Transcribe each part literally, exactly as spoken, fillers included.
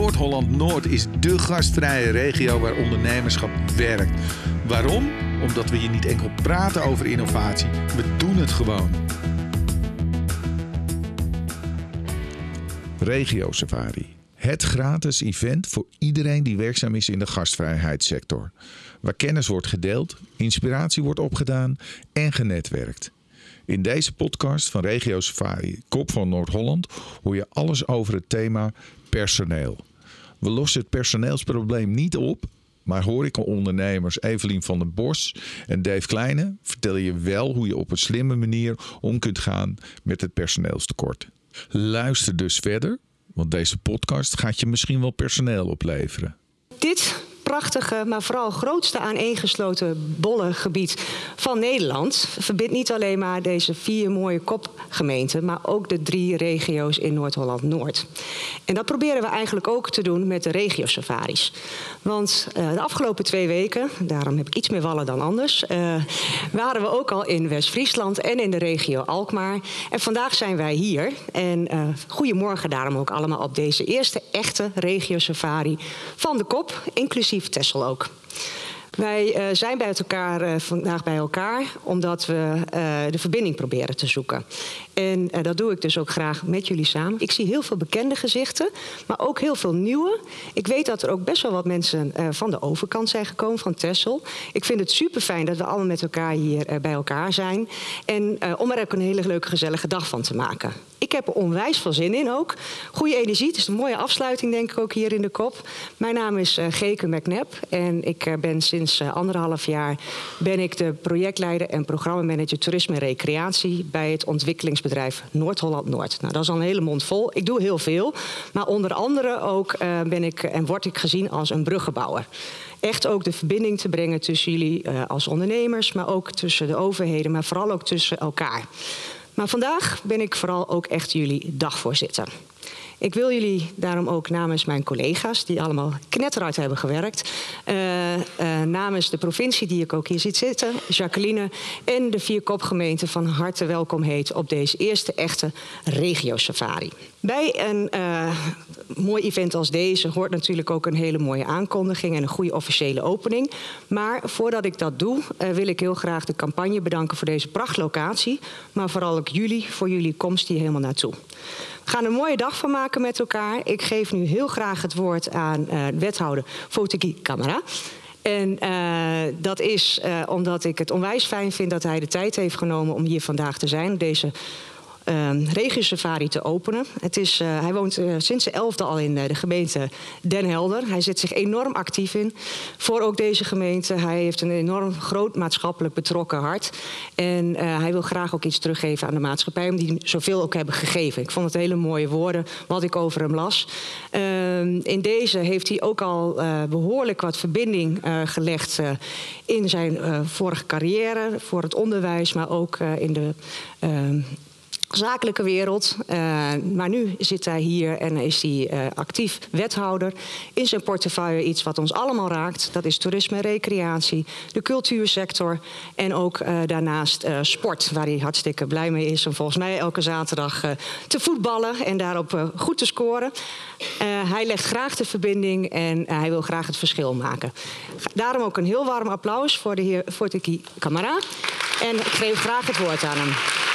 Noord-Holland-Noord is dé gastvrije regio waar ondernemerschap werkt. Waarom? Omdat we hier niet enkel praten over innovatie, we doen het gewoon. Regio Safari. Het gratis event voor iedereen die werkzaam is in de gastvrijheidssector. Waar kennis wordt gedeeld, inspiratie wordt opgedaan en genetwerkt. In deze podcast van Regio Safari, Kop van Noord-Holland, hoor je alles over het thema personeel. We lossen het personeelsprobleem niet op, maar horecaondernemers Evelien van den Bos en Dave Kleine vertellen je wel hoe je op een slimme manier om kunt gaan met het personeelstekort. Luister dus verder, want deze podcast gaat je misschien wel personeel opleveren. Dit prachtige, maar vooral grootste aaneengesloten bollengebied van Nederland verbindt niet alleen maar deze vier mooie kopgemeenten, maar ook de drie regio's in Noord-Holland-Noord. En dat proberen we eigenlijk ook te doen met de regio-safaris. Want uh, de afgelopen twee weken, daarom heb ik iets meer wallen dan anders, uh, waren we ook al in West-Friesland en in de regio Alkmaar. En vandaag zijn wij hier. En uh, goedemorgen daarom ook allemaal op deze eerste echte regio-safari van de Kop, inclusief Texel ook. Wij uh, zijn bij elkaar, uh, vandaag bij elkaar omdat we uh, de verbinding proberen te zoeken. En uh, dat doe ik dus ook graag met jullie samen. Ik zie heel veel bekende gezichten, maar ook heel veel nieuwe. Ik weet dat er ook best wel wat mensen uh, van de overkant zijn gekomen, van Texel. Ik vind het super fijn dat we allemaal met elkaar hier uh, bij elkaar zijn. En uh, om er ook een hele leuke, gezellige dag van te maken. Ik heb er onwijs veel zin in ook. Goede energie, het is een mooie afsluiting denk ik ook hier in de Kop. Mijn naam is uh, Geke McNabb en ik uh, ben sinds uh, anderhalf jaar ben ik de projectleider en programmamanager toerisme en recreatie bij het ontwikkelingsbedrijf Noord-Holland-Noord. Nou, dat is al een hele mond vol. Ik doe heel veel, maar onder andere ook uh, ben ik en word ik gezien als een bruggenbouwer. Echt ook de verbinding te brengen tussen jullie uh, als ondernemers, maar ook tussen de overheden, maar vooral ook tussen elkaar. Maar vandaag ben ik vooral ook echt jullie dagvoorzitter. Ik wil jullie daarom ook namens mijn collega's, die allemaal knetterhard hebben gewerkt, uh, uh, namens de provincie die ik ook hier ziet zitten, Jacqueline, en de vier kopgemeenten van harte welkom heten op deze eerste echte regio-safari. Bij een uh, mooi event als deze hoort natuurlijk ook een hele mooie aankondiging en een goede officiële opening. Maar voordat ik dat doe, uh, wil ik heel graag de campagne bedanken voor deze prachtlocatie, maar vooral ook jullie voor jullie komst hier helemaal naartoe. We gaan een mooie dag van maken met elkaar. Ik geef nu heel graag het woord aan uh, wethouder Foticky Camara. En uh, dat is uh, omdat ik het onwijs fijn vind dat hij de tijd heeft genomen om hier vandaag te zijn. Deze Uh, regio-safari te openen. Het is, uh, hij woont uh, sinds de elfde al in uh, de gemeente Den Helder. Hij zet zich enorm actief in voor ook deze gemeente. Hij heeft een enorm groot maatschappelijk betrokken hart. En uh, hij wil graag ook iets teruggeven aan de maatschappij, om die zoveel ook hebben gegeven. Ik vond het hele mooie woorden wat ik over hem las. Uh, in deze heeft hij ook al uh, behoorlijk wat verbinding uh, gelegd uh, in zijn uh, vorige carrière, voor het onderwijs, maar ook uh, in de Uh, zakelijke wereld. Uh, maar nu zit hij hier en is hij uh, actief wethouder. In zijn portefeuille iets wat ons allemaal raakt. Dat is toerisme en recreatie, de cultuursector en ook uh, daarnaast uh, sport, waar hij hartstikke blij mee is om volgens mij elke zaterdag uh, te voetballen en daarop uh, goed te scoren. Uh, hij legt graag de verbinding en uh, hij wil graag het verschil maken. Daarom ook een heel warm applaus voor de heer Foticky Camara. En ik geef graag het woord aan hem.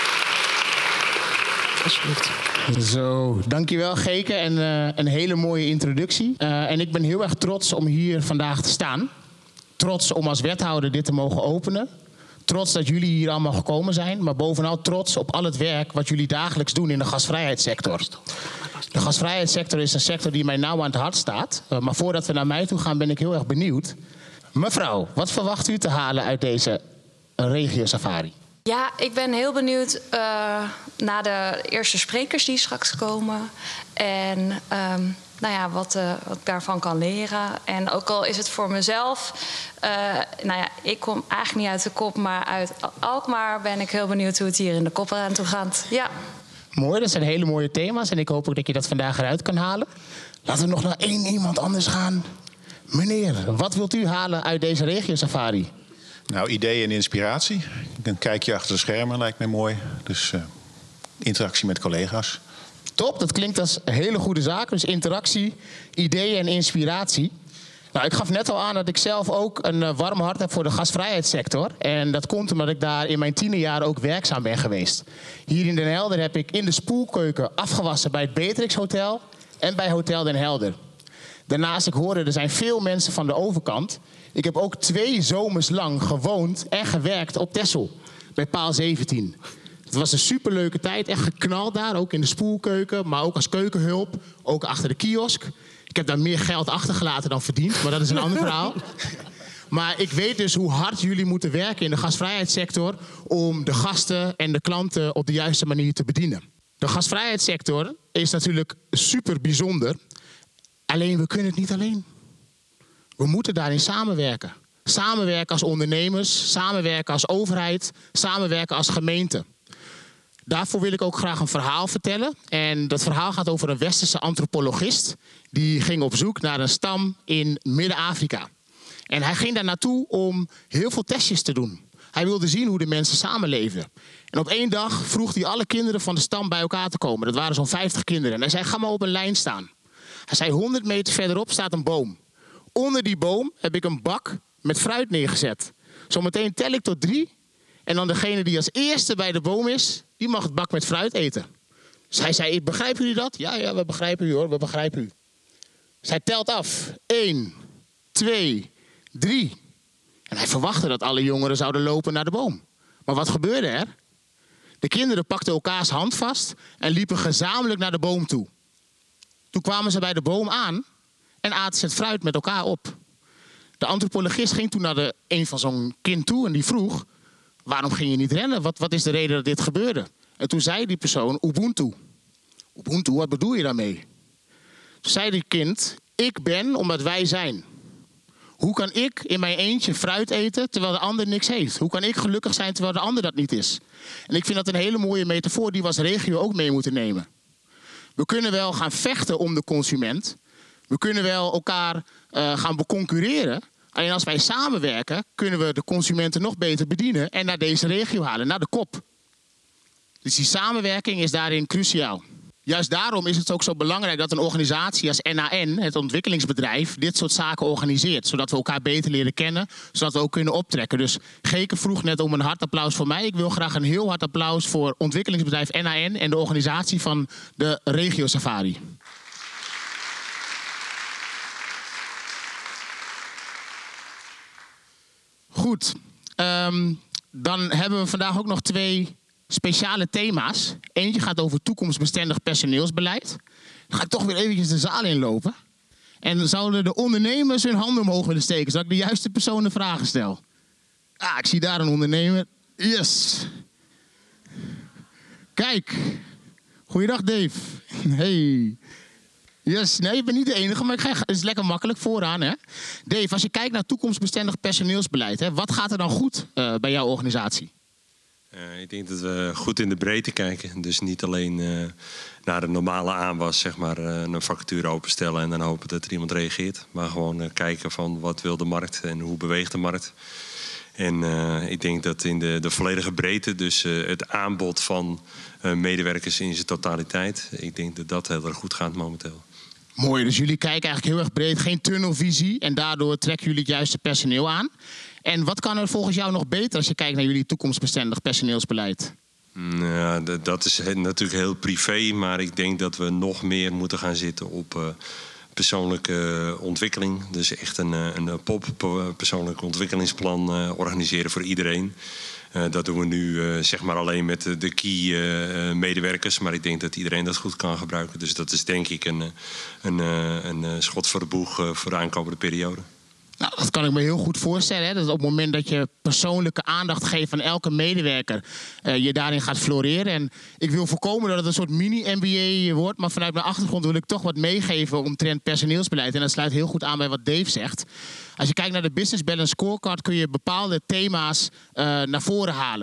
Alsjeblieft. Zo, dankjewel Geke en uh, een hele mooie introductie. Uh, en ik ben heel erg trots om hier vandaag te staan. Trots om als wethouder dit te mogen openen. Trots dat jullie hier allemaal gekomen zijn. Maar bovenal trots op al het werk wat jullie dagelijks doen in de gastvrijheidssector. De gastvrijheidssector is een sector die mij nauw aan het hart staat. Uh, maar voordat we naar mij toe gaan ben ik heel erg benieuwd. Mevrouw, wat verwacht u te halen uit deze regio-safari? Ja, ik ben heel benieuwd uh, naar de eerste sprekers die straks komen. En um, nou ja, wat, uh, wat ik daarvan kan leren. En ook al is het voor mezelf. Uh, nou ja, ik kom eigenlijk niet uit de Kop, maar uit Alkmaar ben ik heel benieuwd hoe het hier in de Kop eraan toe gaat. Ja. Mooi, dat zijn hele mooie thema's. En ik hoop ook dat je dat vandaag eruit kan halen. Laten we nog naar één iemand anders gaan. Meneer, wat wilt u halen uit deze regio-safari? Nou, ideeën en inspiratie. Een kijkje achter de schermen lijkt mij mooi. Dus uh, interactie met collega's. Top, dat klinkt als een hele goede zaak. Dus interactie, ideeën en inspiratie. Nou, ik gaf net al aan dat ik zelf ook een uh, warm hart heb voor de gastvrijheidssector. En dat komt omdat ik daar in mijn tienerjaren ook werkzaam ben geweest. Hier in Den Helder heb ik in de spoelkeuken afgewassen bij het Beatrix Hotel en bij Hotel Den Helder. Daarnaast, ik hoorde, er zijn veel mensen van de overkant. Ik heb ook twee zomers lang gewoond en gewerkt op Texel, bij paal zeventien. Het was een superleuke tijd, echt geknald daar, ook in de spoelkeuken, maar ook als keukenhulp, ook achter de kiosk. Ik heb daar meer geld achtergelaten dan verdiend, maar dat is een ander verhaal. Maar ik weet dus hoe hard jullie moeten werken in de gastvrijheidssector om de gasten en de klanten op de juiste manier te bedienen. De gastvrijheidssector is natuurlijk super bijzonder, alleen we kunnen het niet alleen. We moeten daarin samenwerken. Samenwerken als ondernemers, samenwerken als overheid, samenwerken als gemeente. Daarvoor wil ik ook graag een verhaal vertellen. En dat verhaal gaat over een westerse antropologist. Die ging op zoek naar een stam in Midden-Afrika. En hij ging daar naartoe om heel veel testjes te doen. Hij wilde zien hoe de mensen samenleefden. En op één dag vroeg hij alle kinderen van de stam bij elkaar te komen. Dat waren zo'n vijftig kinderen. En hij zei, ga maar op een lijn staan. Hij zei, honderd meter verderop staat een boom. Onder die boom heb ik een bak met fruit neergezet. Zometeen tel ik tot drie. En dan degene die als eerste bij de boom is, die mag het bak met fruit eten. Dus hij zei, begrijpen jullie dat? Ja, ja, we begrijpen u hoor, we begrijpen u. Dus hij telt af. Eén, twee, drie. En hij verwachtte dat alle jongeren zouden lopen naar de boom. Maar wat gebeurde er? De kinderen pakten elkaars hand vast en liepen gezamenlijk naar de boom toe. Toen kwamen ze bij de boom aan en aten ze het fruit met elkaar op. De antropologist ging toen naar de, een van zo'n kind toe en die vroeg, waarom ging je niet rennen? Wat, wat is de reden dat dit gebeurde? En toen zei die persoon, Ubuntu. Ubuntu, wat bedoel je daarmee? Toen zei die kind, ik ben omdat wij zijn. Hoe kan ik in mijn eentje fruit eten terwijl de ander niks heeft? Hoe kan ik gelukkig zijn terwijl de ander dat niet is? En ik vind dat een hele mooie metafoor die we als regio ook mee moeten nemen. We kunnen wel gaan vechten om de consument. We kunnen wel elkaar uh, gaan beconcurreren. Alleen als wij samenwerken, kunnen we de consumenten nog beter bedienen en naar deze regio halen, naar de kop. Dus die samenwerking is daarin cruciaal. Juist daarom is het ook zo belangrijk dat een organisatie als N A N, het ontwikkelingsbedrijf, dit soort zaken organiseert. Zodat we elkaar beter leren kennen, zodat we ook kunnen optrekken. Dus Geke vroeg net om een hard applaus voor mij. Ik wil graag een heel hard applaus voor ontwikkelingsbedrijf N A N en de organisatie van de Regio Safari. Goed, um, dan hebben we vandaag ook nog twee speciale thema's. Eentje gaat over toekomstbestendig personeelsbeleid. Dan ga ik toch weer eventjes de zaal inlopen. En dan zouden de ondernemers hun handen omhoog willen steken, zodat ik de juiste personen vragen stel. Ah, ik zie daar een ondernemer. Yes. Kijk. Goeiedag Dave. Hey. Yes, nee, je bent niet de enige, maar ik ga, het is lekker makkelijk vooraan. Hè? Dave, als je kijkt naar toekomstbestendig personeelsbeleid, hè, wat gaat er dan goed uh, bij jouw organisatie? Uh, ik denk dat we goed in de breedte kijken. Dus niet alleen uh, naar de normale aanwas, zeg maar, uh, een vacature openstellen en dan hopen dat er iemand reageert. Maar gewoon uh, kijken van wat wil de markt en hoe beweegt de markt. En uh, ik denk dat in de, de volledige breedte, dus uh, het aanbod van uh, medewerkers in zijn totaliteit, ik denk dat dat heel erg goed gaat momenteel. Mooi, dus jullie kijken eigenlijk heel erg breed, geen tunnelvisie en daardoor trekken jullie het juiste personeel aan. En wat kan er volgens jou nog beter als je kijkt naar jullie toekomstbestendig personeelsbeleid? Ja, dat is natuurlijk heel privé, maar ik denk dat we nog meer moeten gaan zitten op uh, persoonlijke ontwikkeling. Dus echt een, een pop persoonlijk ontwikkelingsplan uh, organiseren voor iedereen. Uh, dat doen we nu uh, zeg maar alleen met de, de key uh, medewerkers. Maar ik denk dat iedereen dat goed kan gebruiken. Dus dat is denk ik een, een, een, een schot voor de boeg uh, voor de aankomende periode. Nou, dat kan ik me heel goed voorstellen. Hè? Dat op het moment dat je persoonlijke aandacht geeft aan elke medewerker, uh, je daarin gaat floreren. En ik wil voorkomen dat het een soort mini-M B A wordt. Maar vanuit mijn achtergrond wil ik toch wat meegeven omtrent personeelsbeleid. En dat sluit heel goed aan bij wat Dave zegt. Als je kijkt naar de Business Balance Scorecard kun je bepaalde thema's uh, naar voren halen.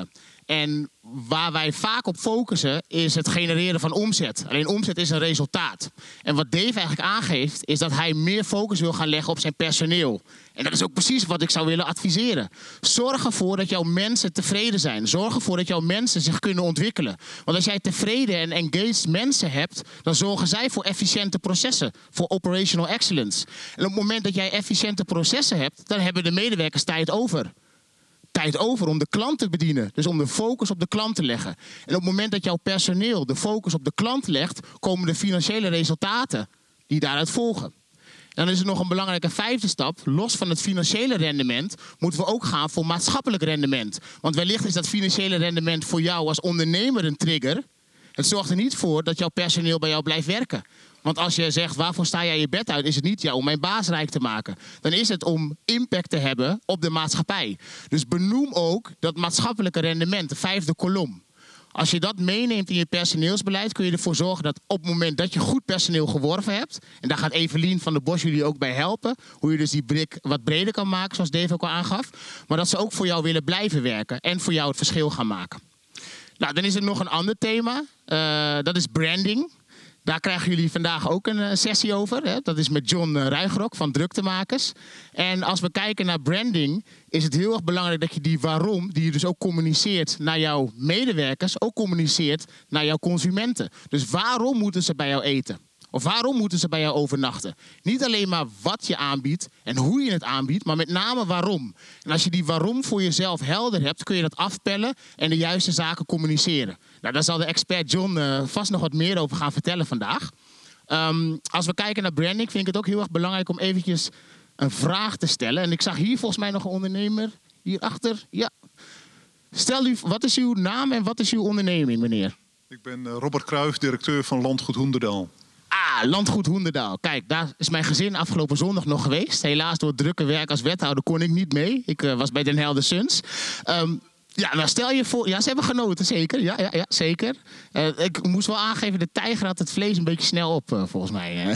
En waar wij vaak op focussen is het genereren van omzet. Alleen omzet is een resultaat. En wat Dave eigenlijk aangeeft is dat hij meer focus wil gaan leggen op zijn personeel. En dat is ook precies wat ik zou willen adviseren. Zorg ervoor dat jouw mensen tevreden zijn. Zorg ervoor dat jouw mensen zich kunnen ontwikkelen. Want als jij tevreden en engaged mensen hebt, dan zorgen zij voor efficiënte processen. Voor operational excellence. En op het moment dat jij efficiënte processen hebt, dan hebben de medewerkers tijd over. Tijd over om de klant te bedienen. Dus om de focus op de klant te leggen. En op het moment dat jouw personeel de focus op de klant legt, komen de financiële resultaten die daaruit volgen. En dan is er nog een belangrijke vijfde stap. Los van het financiële rendement moeten we ook gaan voor maatschappelijk rendement. Want wellicht is dat financiële rendement voor jou als ondernemer een trigger. Het zorgt er niet voor dat jouw personeel bij jou blijft werken. Want als je zegt, waarvoor sta jij je bed uit, is het niet ja, om mijn baas rijk te maken. Dan is het om impact te hebben op de maatschappij. Dus benoem ook dat maatschappelijke rendement, de vijfde kolom. Als je dat meeneemt in je personeelsbeleid, kun je ervoor zorgen dat op het moment dat je goed personeel geworven hebt, en daar gaat Evelien van der Bos jullie ook bij helpen, hoe je dus die blik wat breder kan maken, zoals Dave ook al aangaf, maar dat ze ook voor jou willen blijven werken en voor jou het verschil gaan maken. Nou, dan is er nog een ander thema, uh, dat is branding. Daar krijgen jullie vandaag ook een uh, sessie over. Hè? Dat is met John uh, Ruigrok van Druktemakers. En als we kijken naar branding, is het heel erg belangrijk dat je die waarom, die je dus ook communiceert naar jouw medewerkers, ook communiceert naar jouw consumenten. Dus waarom moeten ze bij jou eten? Of waarom moeten ze bij jou overnachten? Niet alleen maar wat je aanbiedt en hoe je het aanbiedt, maar met name waarom. En als je die waarom voor jezelf helder hebt, kun je dat afpellen en de juiste zaken communiceren. Nou, daar zal de expert John uh, vast nog wat meer over gaan vertellen vandaag. Um, als we kijken naar branding, vind ik het ook heel erg belangrijk om eventjes een vraag te stellen. En ik zag hier volgens mij nog een ondernemer hierachter. Ja. Stel u, wat is uw naam en wat is uw onderneming, meneer? Ik ben uh, Robert Cruijff, directeur van Landgoed Hoenderdaal. Ah, Landgoed Hoenderdaal. Kijk, daar is mijn gezin afgelopen zondag nog geweest. Helaas door het drukke werk als wethouder kon ik niet mee. Ik uh, was bij Den Helder Suns. Um, ja, nou stel je voor... Ja, ze hebben genoten, zeker. Ja, ja, ja zeker. Uh, ik moest wel aangeven, de tijger had het vlees een beetje snel op, uh, volgens mij.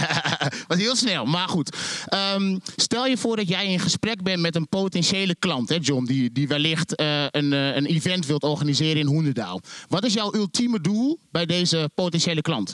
Was heel snel, maar goed. Um, stel je voor dat jij in gesprek bent met een potentiële klant, hè, John, die, die wellicht uh, een, uh, een event wilt organiseren in Hoenderdaal. Wat is jouw ultieme doel bij deze potentiële klant?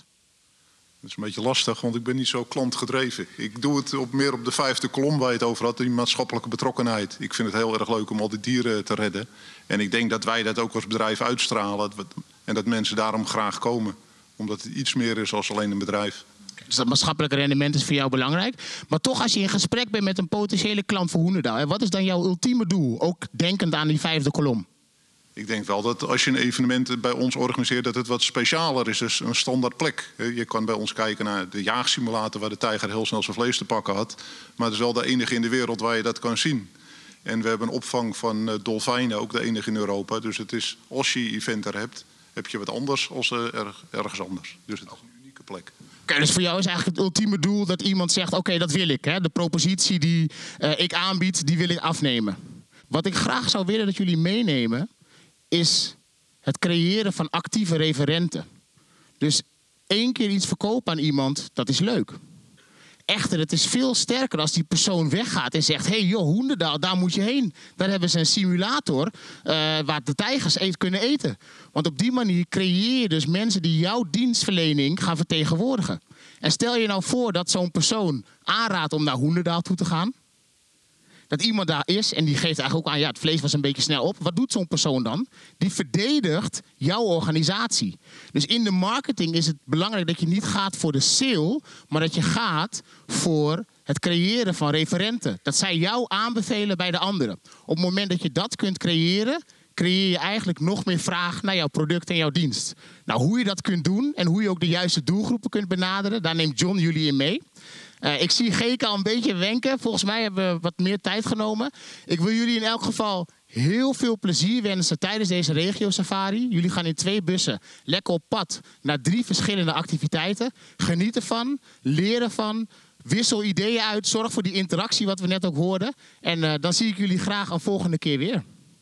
Dat is een beetje lastig, want ik ben niet zo klantgedreven. Ik doe het op, meer op de vijfde kolom waar je het over had, die maatschappelijke betrokkenheid. Ik vind het heel erg leuk om al die dieren te redden. En ik denk dat wij dat ook als bedrijf uitstralen. En dat mensen daarom graag komen. Omdat het iets meer is dan alleen een bedrijf. Dus dat maatschappelijke rendement is voor jou belangrijk. Maar toch, als je in gesprek bent met een potentiële klant voor Hoenderdaal, wat is dan jouw ultieme doel? Ook denkend aan die vijfde kolom. Ik denk wel dat als je een evenement bij ons organiseert, dat het wat specialer is. Dus een standaard plek. Je kan bij ons kijken naar de jaagsimulator waar de tijger heel snel zijn vlees te pakken had. Maar het is wel de enige in de wereld waar je dat kan zien. En we hebben een opvang van uh, dolfijnen, ook de enige in Europa. Dus het is, als je event er hebt, heb je wat anders als uh, erg, ergens anders. Dus het is een unieke plek. Okay, dus voor jou is eigenlijk het ultieme doel dat iemand zegt, oké, okay, dat wil ik. Hè? De propositie die uh, ik aanbied, die wil ik afnemen. Wat ik graag zou willen dat jullie meenemen, is het creëren van actieve referenten. Dus één keer iets verkopen aan iemand, dat is leuk. Echter, het is veel sterker als die persoon weggaat en zegt, hey joh, Hoenderdaal, daar moet je heen. Daar hebben ze een simulator uh, waar de tijgers eet, kunnen eten. Want op die manier creëer je dus mensen die jouw dienstverlening gaan vertegenwoordigen. En stel je nou voor dat zo'n persoon aanraadt om naar Hoenderdaal toe te gaan. Dat iemand daar is en die geeft eigenlijk ook aan, ja, het vlees was een beetje snel op. Wat doet zo'n persoon dan? Die verdedigt jouw organisatie. Dus in de marketing is het belangrijk dat je niet gaat voor de sale, maar dat je gaat voor het creëren van referenten. Dat zij jou aanbevelen bij de anderen. Op het moment dat je dat kunt creëren, creëer je eigenlijk nog meer vraag naar jouw product en jouw dienst. Nou, hoe je dat kunt doen en hoe je ook de juiste doelgroepen kunt benaderen, daar neemt John jullie in mee. Uh, ik zie Geke al een beetje wenken. Volgens mij hebben we wat meer tijd genomen. Ik wil jullie in elk geval heel veel plezier wensen tijdens deze regio-safari. Jullie gaan in twee bussen lekker op pad naar drie verschillende activiteiten. Geniet ervan, leer ervan, wissel ideeën uit. Zorg voor die interactie wat we net ook hoorden. En uh, dan zie ik jullie graag een volgende keer weer.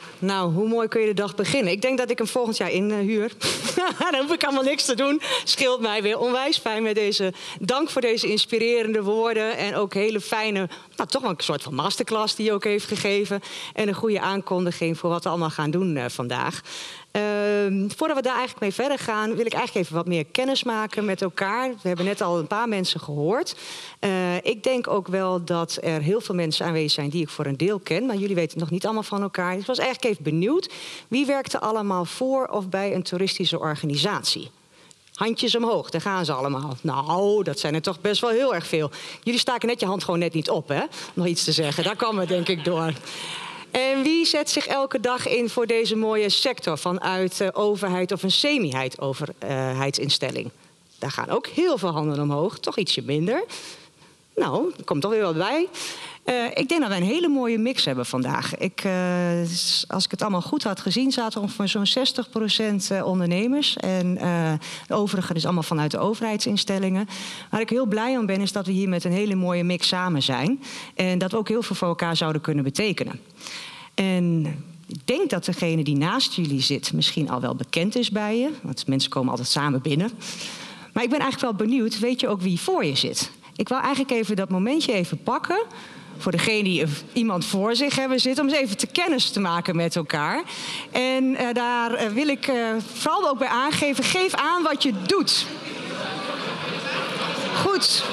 Nou, hoe mooi kun je de dag beginnen? Ik denk dat ik hem volgend jaar inhuur. Dan hoef ik allemaal niks te doen. Scheelt mij weer onwijs fijn met deze dank voor deze inspirerende woorden. En ook hele fijne, nou toch wel een soort van masterclass die je ook heeft gegeven. En een goede aankondiging voor wat we allemaal gaan doen uh, vandaag. Uh, voordat we daar eigenlijk mee verder gaan, wil ik eigenlijk even wat meer kennis maken met elkaar. We hebben net al een paar mensen gehoord. Uh, ik denk ook wel dat er heel veel mensen aanwezig zijn die ik voor een deel ken. Maar jullie weten het nog niet allemaal van elkaar. Dus ik was eigenlijk even benieuwd. Wie werkte allemaal voor of bij een toeristische organisatie? Handjes omhoog, daar gaan ze allemaal. Nou, dat zijn er toch best wel heel erg veel. Jullie staken net je hand gewoon net niet op, hè? Om nog iets te zeggen. Daar kwam het denk ik door. En wie zet zich elke dag in voor deze mooie sector vanuit uh, overheid of een semi-overheidsinstelling? Daar gaan ook heel veel handen omhoog, toch ietsje minder. Nou, er komt toch weer wat bij. Uh, ik denk dat wij een hele mooie mix hebben vandaag. Ik, uh, als ik het allemaal goed had gezien, zaten er ongeveer zo'n zestig procent ondernemers. En uh, de overige is allemaal vanuit de overheidsinstellingen. Waar ik heel blij om ben, is dat we hier met een hele mooie mix samen zijn. En dat we ook heel veel voor elkaar zouden kunnen betekenen. En ik denk dat degene die naast jullie zit misschien al wel bekend is bij je. Want mensen komen altijd samen binnen. Maar ik ben eigenlijk wel benieuwd, weet je ook wie voor je zit? Ik wil eigenlijk even dat momentje even pakken voor degene die iemand voor zich hebben zitten, om eens even te kennis te maken met elkaar. En uh, daar uh, wil ik uh, vooral ook bij aangeven, geef aan wat je doet. Goed.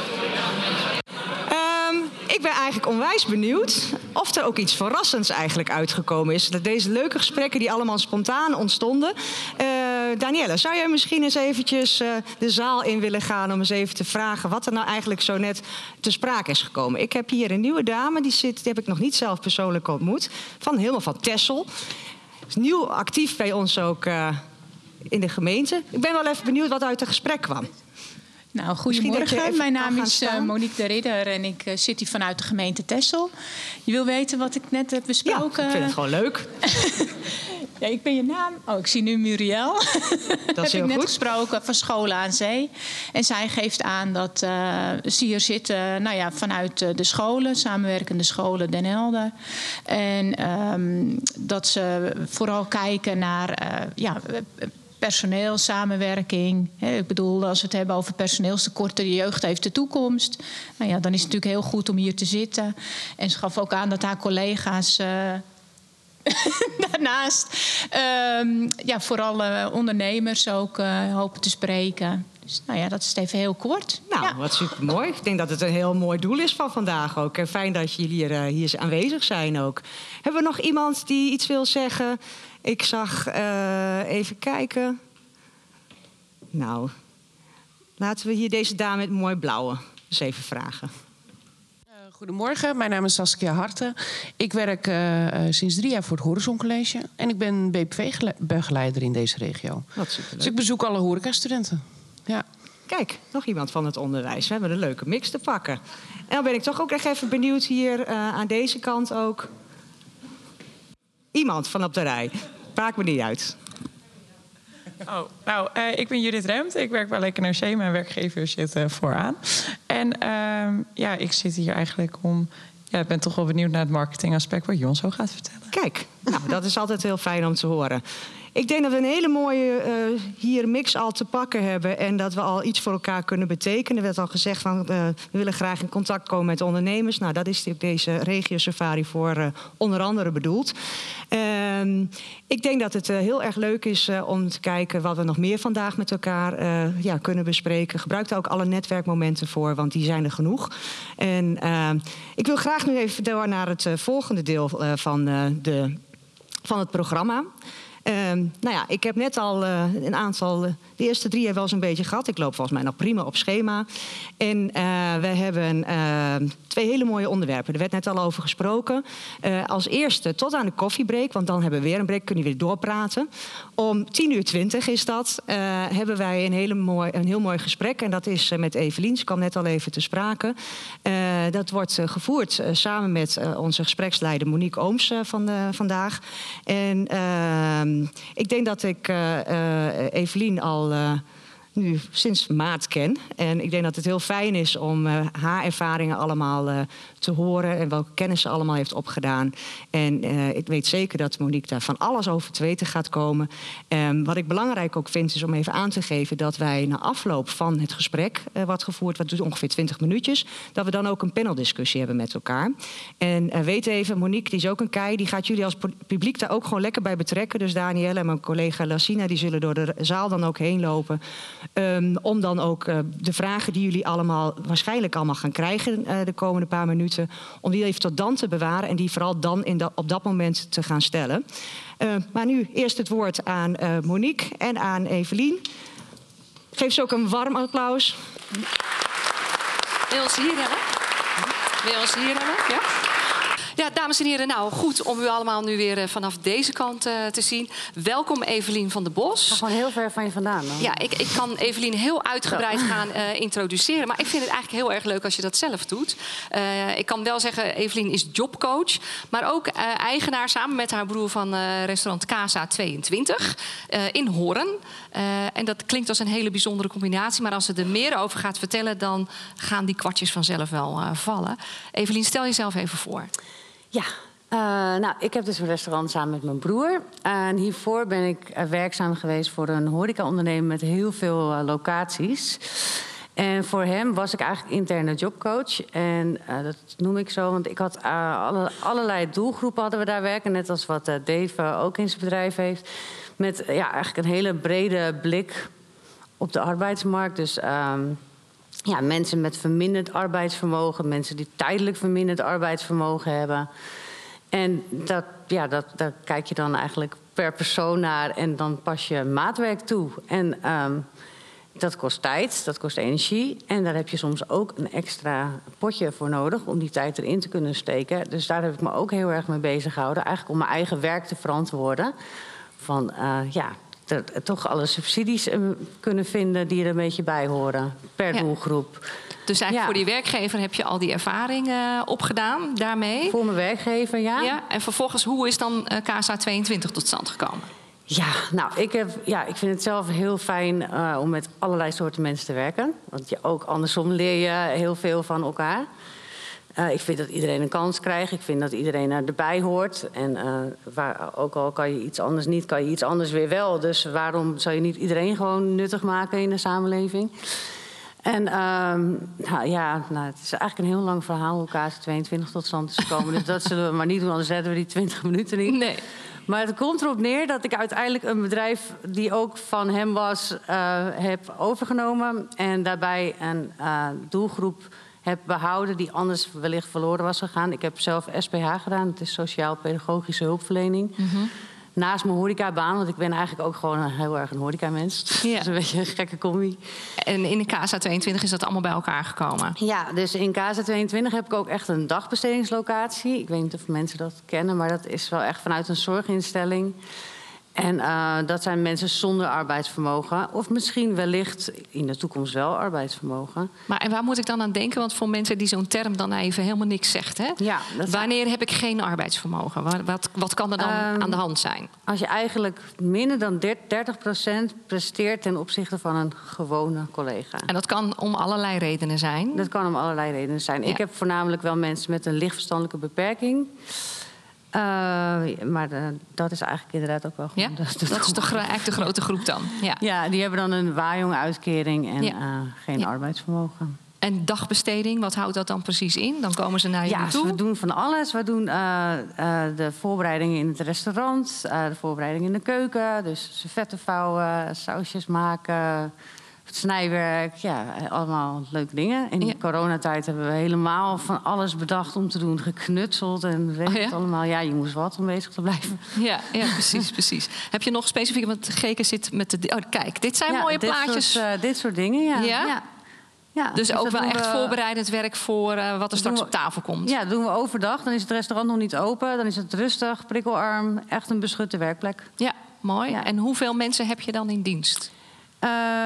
Um, ik ben eigenlijk onwijs benieuwd of er ook iets verrassends eigenlijk uitgekomen is. Dat deze leuke gesprekken die allemaal spontaan ontstonden. Uh, Danielle, zou jij misschien eens eventjes uh, de zaal in willen gaan om eens even te vragen wat er nou eigenlijk zo net te sprake is gekomen? Ik heb hier een nieuwe dame, die, zit, die heb ik nog niet zelf persoonlijk ontmoet. Van helemaal van Texel. Is nieuw actief bij ons ook uh, in de gemeente. Ik ben wel even benieuwd wat uit het gesprek kwam. Nou, goedemorgen. Mijn naam is uh, Monique de Ridder en ik uh, zit hier vanuit de gemeente Texel. Je wil weten wat ik net heb besproken? Ja, ik vind het gewoon leuk. Ja, ik ben je naam. Oh, ik zie nu Muriel. Dat is heb ik net goed. gesproken van Scholen aan Zee. En zij geeft aan dat uh, ze hier zitten nou ja, vanuit uh, de scholen, samenwerkende scholen Den Helder. En um, dat ze vooral kijken naar uh, ja, personeel, samenwerking. Ik bedoel, als we het hebben over personeelstekorten, de jeugd heeft de toekomst. Nou ja, dan is het natuurlijk heel goed om hier te zitten. En ze gaf ook aan dat haar collega's Uh, daarnaast um, ja, vooral uh, ondernemers ook uh, hopen te spreken. Dus nou ja, dat is het even heel kort. Nou, ja. Wat supermooi. Ik denk dat het een heel mooi doel is van vandaag ook. En fijn dat jullie hier, uh, hier aanwezig zijn ook. Hebben we nog iemand die iets wil zeggen? Ik zag uh, even kijken. Nou, laten we hier deze dame met mooi blauwe eens even vragen. Goedemorgen, mijn naam is Saskia Harten. Ik werk uh, sinds drie jaar voor het Horizon College. En ik ben B P V-begeleider in deze regio. Wat superleuk. Dus ik bezoek alle horecastudenten. Ja. Kijk, nog iemand van het onderwijs. We hebben een leuke mix te pakken. En dan ben ik toch ook echt even benieuwd hier uh, aan deze kant ook. Iemand van op de rij. Maakt me niet uit. Oh, nou, uh, ik ben Judith Remt. Ik werk bij Lekker N R C. Mijn werkgever zit uh, vooraan. En uh, ja, ik zit hier eigenlijk om... Ja, ik ben toch wel benieuwd naar het marketingaspect wat Jon zo gaat vertellen. Kijk, nou, dat is altijd heel fijn om te horen. Ik denk dat we een hele mooie uh, hier mix al te pakken hebben. En dat we al iets voor elkaar kunnen betekenen. Er werd al gezegd van uh, we willen graag in contact komen met ondernemers. Nou, dat is natuurlijk deze regio safari voor uh, onder andere bedoeld. Uh, ik denk dat het uh, heel erg leuk is uh, om te kijken wat we nog meer vandaag met elkaar uh, ja, kunnen bespreken. Gebruik daar ook alle netwerkmomenten voor, want die zijn er genoeg. En uh, ik wil graag nu even door naar het uh, volgende deel uh, van, uh, de, van het programma. Uh, nou ja, ik heb net al uh, een aantal, uh, de eerste drie hebben we wel eens een beetje gehad. Ik loop volgens mij nog prima op schema. En uh, we hebben uh, twee hele mooie onderwerpen. Er werd net al over gesproken. Uh, als eerste tot aan de koffiebreak, want dan hebben we weer een break, kunnen we weer doorpraten. Om tien uur twintig is dat, uh, hebben wij een, hele mooi, een heel mooi gesprek. En dat is uh, met Evelien, ze kwam net al even te sprake. Uh, dat wordt uh, gevoerd uh, samen met uh, onze gespreksleider Monique Ooms uh, van uh, vandaag. En Uh, ik denk dat ik uh, uh, Evelien al uh, nu sinds maart ken. En ik denk dat het heel fijn is om uh, haar ervaringen allemaal uh, te horen en welke kennis ze allemaal heeft opgedaan. En uh, ik weet zeker dat Monique daar van alles over te weten gaat komen. Um, wat ik belangrijk ook vind is om even aan te geven dat wij na afloop van het gesprek uh, wat gevoerd, wat duurt ongeveer twintig minuutjes, dat we dan ook een paneldiscussie hebben met elkaar. En uh, weet even, Monique, die is ook een kei, die gaat jullie als publiek daar ook gewoon lekker bij betrekken. Dus Danielle en mijn collega Lassina, die zullen door de zaal dan ook heen lopen. Um, om dan ook uh, de vragen die jullie allemaal waarschijnlijk allemaal gaan krijgen uh, de komende paar minuten, om die even tot dan te bewaren en die vooral dan in dat, op dat moment te gaan stellen. Uh, maar nu eerst het woord aan uh, Monique en aan Evelien. Geef ze ook een warm applaus. Wil je ons hier hebben? Wil je ons hier hebben? Ja. Ja, dames en heren, nou goed om u allemaal nu weer uh, vanaf deze kant uh, te zien. Welkom Evelien van der Bos. Maar gewoon heel ver van je vandaan dan. Ja, ik, ik kan Evelien heel uitgebreid gaan uh, introduceren. Maar ik vind het eigenlijk heel erg leuk als je dat zelf doet. Uh, ik kan wel zeggen, Evelien is jobcoach. Maar ook uh, eigenaar samen met haar broer van uh, restaurant Casa tweeëntwintig uh, in Hoorn. Uh, en dat klinkt als een hele bijzondere combinatie. Maar als ze er meer over gaat vertellen, dan gaan die kwartjes vanzelf wel uh, vallen. Evelien, stel jezelf even voor. Ja, uh, nou, ik heb dus een restaurant samen met mijn broer. Uh, en hiervoor ben ik uh, werkzaam geweest voor een horecaondernemer met heel veel uh, locaties. En voor hem was ik eigenlijk interne jobcoach. En uh, dat noem ik zo, want ik had uh, alle, allerlei doelgroepen hadden we daar werken. Net als wat uh, Dave uh, ook in zijn bedrijf heeft. Met uh, ja, eigenlijk een hele brede blik op de arbeidsmarkt. Dus Um, Ja, mensen met verminderd arbeidsvermogen, mensen die tijdelijk verminderd arbeidsvermogen hebben. En dat, ja, dat, daar kijk je dan eigenlijk per persoon naar en dan pas je maatwerk toe. En um, dat kost tijd, dat kost energie. En daar heb je soms ook een extra potje voor nodig om die tijd erin te kunnen steken. Dus daar heb ik me ook heel erg mee bezig gehouden. Eigenlijk om mijn eigen werk te verantwoorden. Van uh, ja. Er, toch alle subsidies kunnen vinden die er een beetje bij horen per ja. doelgroep. Dus eigenlijk ja. voor die werkgever heb je al die ervaring uh, opgedaan daarmee? Voor mijn werkgever, ja. ja. En vervolgens, hoe is dan uh, Casa tweeëntwintig tot stand gekomen? Ja, nou, ik, heb, ja, ik vind het zelf heel fijn uh, om met allerlei soorten mensen te werken. Want je ook andersom leer je heel veel van elkaar. Uh, ik vind dat iedereen een kans krijgt. Ik vind dat iedereen erbij hoort. En uh, waar, ook al kan je iets anders niet, kan je iets anders weer wel. Dus waarom zou je niet iedereen gewoon nuttig maken in de samenleving? En um, nou, ja, nou, het is eigenlijk een heel lang verhaal hoe Casa tweeëntwintig tot stand is gekomen. Dus dat zullen we maar niet doen, anders redden we die twintig minuten niet. Nee. Maar het komt erop neer dat ik uiteindelijk een bedrijf die ook van hem was, uh, heb overgenomen. En daarbij een uh, doelgroep heb behouden die anders wellicht verloren was gegaan. Ik heb zelf S P H gedaan, het is sociaal-pedagogische hulpverlening. Mm-hmm. Naast mijn horecabaan, want ik ben eigenlijk ook gewoon een, heel erg een horecamens. Ja. Dat is een beetje een gekke combi. En in de Casa tweeëntwintig is dat allemaal bij elkaar gekomen? Ja, dus in Casa tweeëntwintig heb ik ook echt een dagbestedingslocatie. Ik weet niet of mensen dat kennen, maar dat is wel echt vanuit een zorginstelling. En uh, dat zijn mensen zonder arbeidsvermogen. Of misschien wellicht in de toekomst wel arbeidsvermogen. Maar en waar moet ik dan aan denken? Want voor mensen die zo'n term dan even helemaal niks zegt. Hè? Ja, wanneer heb ik geen arbeidsvermogen? Wat, wat, wat kan er dan um, aan de hand zijn? Als je eigenlijk minder dan dertig procent presteert ten opzichte van een gewone collega. En dat kan om allerlei redenen zijn? Dat kan om allerlei redenen zijn. Ja. Ik heb voornamelijk wel mensen met een lichtverstandelijke beperking. Uh, maar de, dat is eigenlijk inderdaad ook wel goed. Ja? Dat, dat, dat is de, eigenlijk de grote groep dan? Ja, ja, die hebben dan een waaijong-uitkering en ja. uh, geen ja. arbeidsvermogen. En dagbesteding, wat houdt dat dan precies in? Dan komen ze naar je ja, toe? Ja, we doen van alles. We doen uh, uh, de voorbereidingen in het restaurant, uh, de voorbereidingen in de keuken. Dus servetten vouwen, sausjes maken, snijwerk. Ja, allemaal leuke dingen. In ja. de coronatijd hebben we helemaal van alles bedacht om te doen. Geknutseld en weet oh, ja? het allemaal. Ja, je moest wat om bezig te blijven. Ja, ja precies, precies. Heb je nog specifiek, want Geke zit met de... Oh, kijk, dit zijn ja, mooie dit plaatjes. Soort, uh, dit soort dingen, ja. Ja? ja. Ja, dus, dus ook wel echt we, voorbereidend werk voor uh, wat er straks we, op tafel komt? Ja, dat doen we overdag. Dan is het restaurant nog niet open. Dan is het rustig, prikkelarm. Echt een beschutte werkplek. Ja, mooi. Ja. En hoeveel mensen heb je dan in dienst? Uh,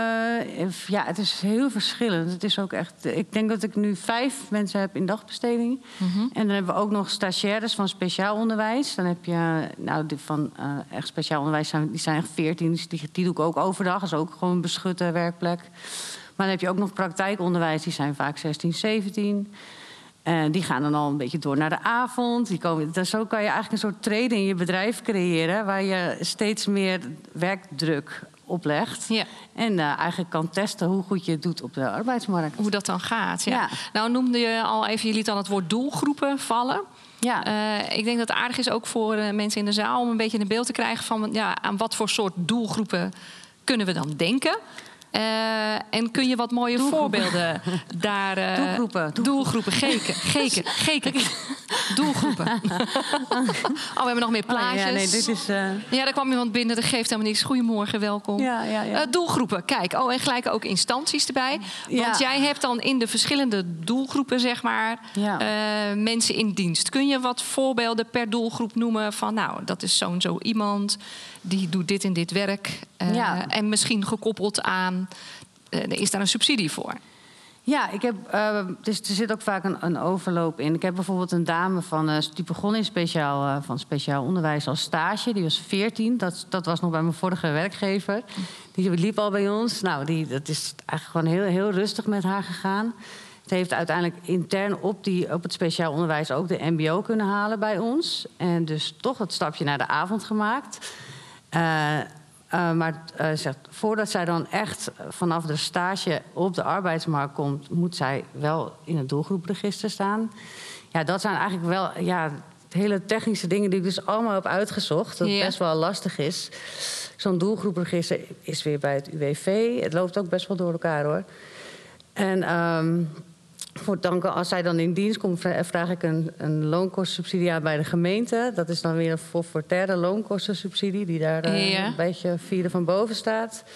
ja, het is heel verschillend. Het is ook echt. Ik denk dat ik nu vijf mensen heb in dagbesteding. Mm-hmm. En dan hebben we ook nog stagiaires van speciaal onderwijs. Dan heb je, nou, die van uh, echt speciaal onderwijs zijn, die zijn echt veertien. Dus die, die doe ik ook overdag. Dat is ook gewoon een beschutte werkplek. Maar dan heb je ook nog praktijkonderwijs. Die zijn vaak zestien, zeventien. Uh, die gaan dan al een beetje door naar de avond. Die komen, dus zo kan je eigenlijk een soort treden in je bedrijf creëren, waar je steeds meer werkdruk oplegt. Ja. En uh, eigenlijk kan testen hoe goed je het doet op de arbeidsmarkt. Hoe dat dan gaat, ja. ja. Nou noemde je al even, je liet dan het woord doelgroepen vallen. Ja. Uh, ik denk dat het aardig is ook voor uh, mensen in de zaal om een beetje een beeld te krijgen van ja, aan wat voor soort doelgroepen kunnen we dan denken. Uh, en kun je wat mooie voorbeelden daar... Uh, doelgroepen. Doelgroepen. Geken. Geken. Geken. Doelgroepen. Oh, we hebben nog meer plaatjes. Oh, ja, nee, dit is, uh... ja, daar kwam iemand binnen, dat geeft helemaal niks. Goedemorgen, welkom. Ja, ja, ja. Uh, doelgroepen. Kijk, oh, en gelijk ook instanties erbij. Ja. Want jij hebt dan in de verschillende doelgroepen, zeg maar, ja. uh, mensen in dienst. Kun je wat voorbeelden per doelgroep noemen van, nou, dat is zo en zo iemand, die doet dit en dit werk. Uh, ja. En misschien gekoppeld aan, uh, is daar een subsidie voor? Ja, ik heb, uh, dus er zit ook vaak een, een overloop in. Ik heb bijvoorbeeld een dame van, uh, die begon in speciaal, uh, van speciaal onderwijs als stage. Die was veertien, dat, dat was nog bij mijn vorige werkgever. Die liep al bij ons. Nou, die, dat is eigenlijk gewoon heel, heel rustig met haar gegaan. Het heeft uiteindelijk intern op, die, op het speciaal onderwijs ook de mbo kunnen halen bij ons. En dus toch het stapje naar de avond gemaakt. Uh, Uh, maar uh, zegt, voordat zij dan echt vanaf de stage op de arbeidsmarkt komt, moet zij wel in het doelgroepregister staan. Ja, dat zijn eigenlijk wel ja, hele technische dingen die ik dus allemaal heb uitgezocht. Dat ja. best wel lastig is. Zo'n doelgroepregister is weer bij het U W V. Het loopt ook best wel door elkaar, hoor. En um, voor danken, als zij dan in dienst komt, vraag ik een, een loonkostensubsidie aan bij de gemeente. Dat is dan weer een forfaitaire loonkostensubsidie die daar uh, ja. een beetje vierde van boven staat.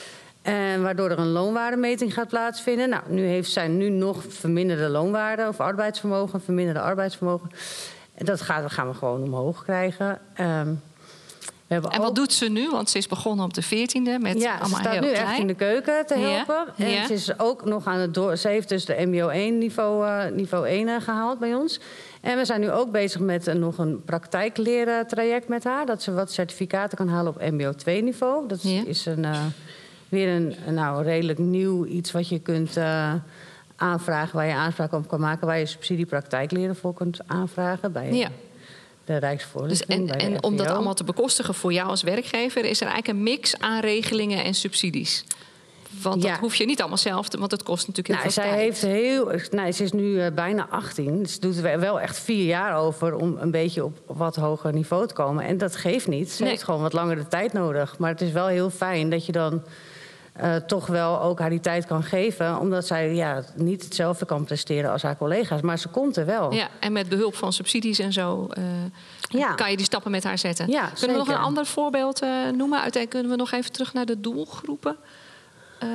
En waardoor er een loonwaardemeting gaat plaatsvinden. Nou, nu heeft zij nu nog verminderde loonwaarde of arbeidsvermogen, verminderde arbeidsvermogen. En dat gaan we, gaan we gewoon omhoog krijgen. Um, En wat ook... doet ze nu? Want ze is begonnen op de veertiende met ja, allemaal ze staat heel nu klein. echt in de keuken te helpen. Ja. En ja. ze is ook nog aan het door. Ze heeft dus de mbo één niveau, uh, niveau één uh, gehaald bij ons. En we zijn nu ook bezig met uh, nog een praktijkleren traject met haar. Dat ze wat certificaten kan halen op mbo twee niveau. Dat ja. is een, uh, weer een nou, redelijk nieuw iets wat je kunt uh, aanvragen, waar je aanspraak op kan maken, waar je subsidiepraktijkleren voor kunt aanvragen. Bij, ja. de Rijksvoorlichting. Dus en en om dat allemaal te bekostigen voor jou als werkgever, is er eigenlijk een mix aan regelingen en subsidies. Want dat ja. hoef je niet allemaal zelf te, want het kost natuurlijk heel nou, veel zij tijd. Heeft heel, nou, ze is nu uh, bijna achttien. Ze doet er wel echt vier jaar over om een beetje op wat hoger niveau te komen. En dat geeft niet. Ze nee. heeft gewoon wat langer de tijd nodig. Maar het is wel heel fijn dat je dan Uh, toch wel ook haar die tijd kan geven. Omdat zij ja, niet hetzelfde kan presteren als haar collega's. Maar ze komt er wel. Ja, en met behulp van subsidies en zo uh, ja. kan je die stappen met haar zetten. Ja, kunnen zeker. we nog een ander voorbeeld uh, noemen? Uiteindelijk kunnen we nog even terug naar de doelgroepen. Uh,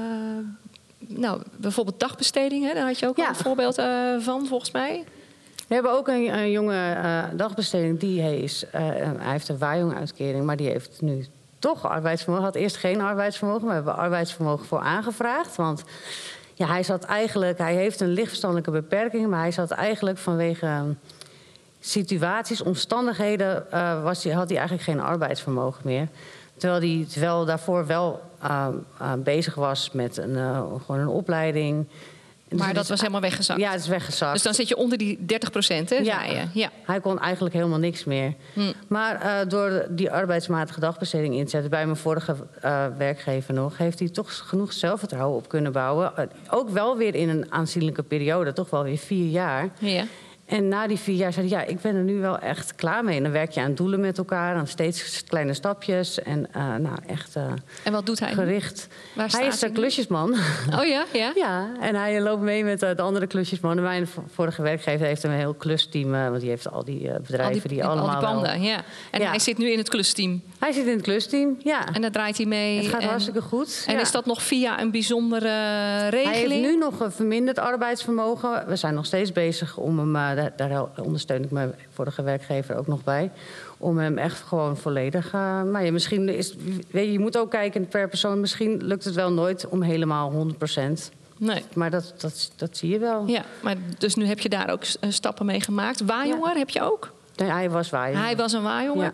nou, bijvoorbeeld dagbesteding. Hè? Daar had je ook ja. een voorbeeld uh, van, volgens mij. We hebben ook een, een jonge uh, dagbesteding. Die is, uh, hij heeft een waaijong-uitkering, maar die heeft nu toch arbeidsvermogen. Had eerst geen arbeidsvermogen, maar we hebben arbeidsvermogen voor aangevraagd. Want ja, hij zat eigenlijk, hij heeft een lichtverstandelijke beperking, maar hij zat eigenlijk vanwege uh, situaties, omstandigheden, uh, was hij, had hij eigenlijk geen arbeidsvermogen meer. Terwijl hij wel daarvoor wel uh, uh, bezig was met een, uh, gewoon een opleiding. Maar dus dat was helemaal weggezakt? Ja, het is weggezakt. Dus dan zit je onder die dertig procent, hè, ja. zei je? Ja. Hij kon eigenlijk helemaal niks meer. Hm. Maar uh, door die arbeidsmatige dagbesteding in te zetten, bij mijn vorige uh, werkgever nog, heeft hij toch genoeg zelfvertrouwen op kunnen bouwen. Uh, ook wel weer in een aanzienlijke periode, toch wel weer vier jaar. Ja. En na die vier jaar zei hij, ja, ik ben er nu wel echt klaar mee. En dan werk je aan doelen met elkaar, aan steeds kleine stapjes. En uh, nou, echt uh, En wat doet hij gericht. Waar hij is de klusjesman. Oh ja? Ja, ja, en hij loopt mee met uh, de andere klusjesmannen. Mijn vorige werkgever heeft een heel klusteam. Uh, want die heeft al die uh, bedrijven al die, die allemaal... Al die panden, wel... ja. En ja. hij zit nu in het klusteam? Hij zit in het klusteam, ja. En daar draait hij mee? Het gaat en... hartstikke goed. En ja. is dat nog via een bijzondere regeling? Hij heeft nu nog een verminderd arbeidsvermogen. We zijn nog steeds bezig om hem uh, daar, daar ondersteun ik mijn vorige werkgever ook nog bij. Om hem echt gewoon volledig... Uh, maar ja, misschien is, weet je, je moet ook kijken per persoon. Misschien lukt het wel nooit om helemaal honderd procent. Nee. Maar dat, dat, dat zie je wel. Ja, maar dus nu heb je daar ook uh, stappen mee gemaakt. Waajonger ja. heb je ook? Nee, hij was waajonger. Hij was een waajonger.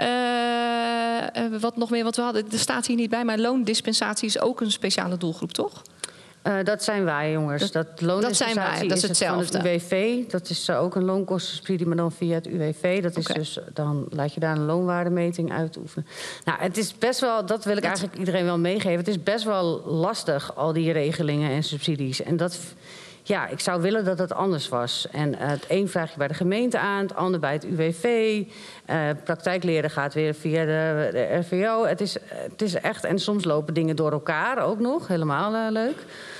Ja. Uh, uh, wat nog meer wat we hadden, er staat hier niet bij... maar loondispensatie is ook een speciale doelgroep, toch? Uh, dat zijn waaijongers. Dat, dat, dat zijn wij, dat is hetzelfde. Het van het U W V, dat is uh, ook een loonkostenstudie, maar dan via het U W V. Dat is okay. dus, dan laat je daar een loonwaardemeting uitoefenen. Nou, het is best wel, dat wil ik dat... eigenlijk iedereen wel meegeven. Het is best wel lastig, al die regelingen en subsidies. En dat... Ja, ik zou willen dat het anders was. En uh, het een vraag je bij de gemeente aan, het ander bij het U W V. Uh, praktijkleren gaat weer via de, de R V O. Het is, het is echt... En soms lopen dingen door elkaar ook nog. Helemaal uh, leuk.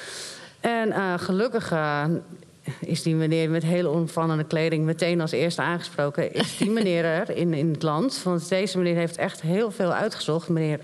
En uh, gelukkig uh, is die meneer met hele omvallende kleding... meteen als eerste aangesproken. Is die meneer er in, in het land. Want deze meneer heeft echt heel veel uitgezocht. Meneer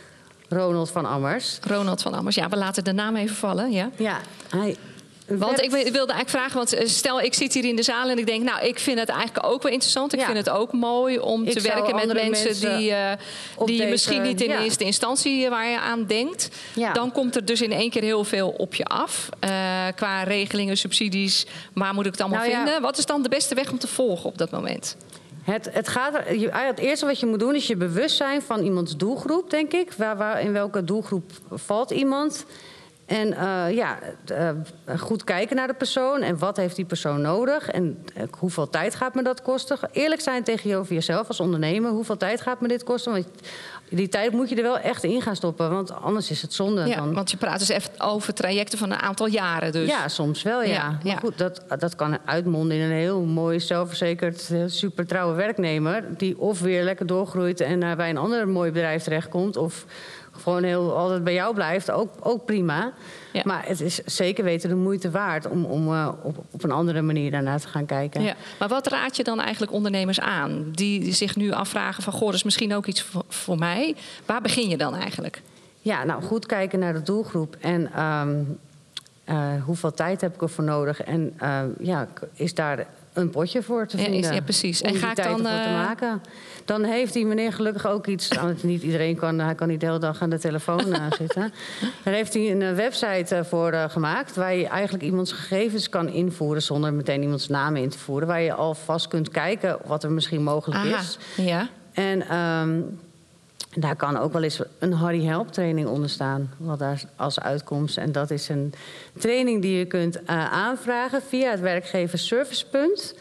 Ronald van Ammers. Ronald van Ammers, ja, we laten de naam even vallen. Ja, ja hij... Want ik wilde eigenlijk vragen, want stel ik zit hier in de zaal en ik denk, nou, ik vind het eigenlijk ook wel interessant. Ik ja. vind het ook mooi om ik te werken met mensen, mensen die, uh, die deze, misschien niet in ja. eerste instantie waar je aan denkt. Ja. Dan komt er dus in één keer heel veel op je af. Uh, qua regelingen, subsidies, waar moet ik het allemaal nou, vinden? Ja. Wat is dan de beste weg om te volgen op dat moment? Het, het, gaat er, het eerste wat je moet doen is je bewust zijn van iemands doelgroep, denk ik. Waar, waar, in welke doelgroep valt iemand? En uh, ja, uh, goed kijken naar de persoon en wat heeft die persoon nodig en uh, hoeveel tijd gaat me dat kosten. Eerlijk zijn tegenover jezelf als ondernemer, hoeveel tijd gaat me dit kosten? Want die tijd moet je er wel echt in gaan stoppen, want anders is het zonde. Ja, dan... want je praat dus echt over trajecten van een aantal jaren dus. Ja, soms wel, ja. ja, ja. Maar goed, dat, dat kan uitmonden in een heel mooi, zelfverzekerd, super trouwe werknemer die of weer lekker doorgroeit en uh, bij een ander mooi bedrijf terechtkomt of... gewoon heel altijd bij jou blijft, ook, ook prima. Ja. Maar het is zeker weten de moeite waard om, om uh, op, op een andere manier daarnaar te gaan kijken. Ja. Maar wat raad je dan eigenlijk ondernemers aan? Die zich nu afvragen van, goh, dat is misschien ook iets voor, voor mij. Waar begin je dan eigenlijk? Ja, nou, goed kijken naar de doelgroep. En um, uh, hoeveel tijd heb ik ervoor nodig? En uh, ja, is daar een potje voor te vinden? Ja, is, ja precies. Om en die ga ik tijd dan, ervoor te uh... maken. Dan heeft die meneer gelukkig ook iets... niet iedereen kan, hij kan niet de hele dag aan de telefoon uh, zitten. Daar heeft hij een uh, website uh, voor uh, gemaakt... waar je eigenlijk iemands gegevens kan invoeren... zonder meteen iemands naam in te voeren. Waar je alvast kunt kijken wat er misschien mogelijk Aha, is. Ja. En um, daar kan ook wel eens een Harry Help training onder staan. Wat daar als uitkomst. En dat is een training die je kunt uh, aanvragen... via het werkgeversservicepunt...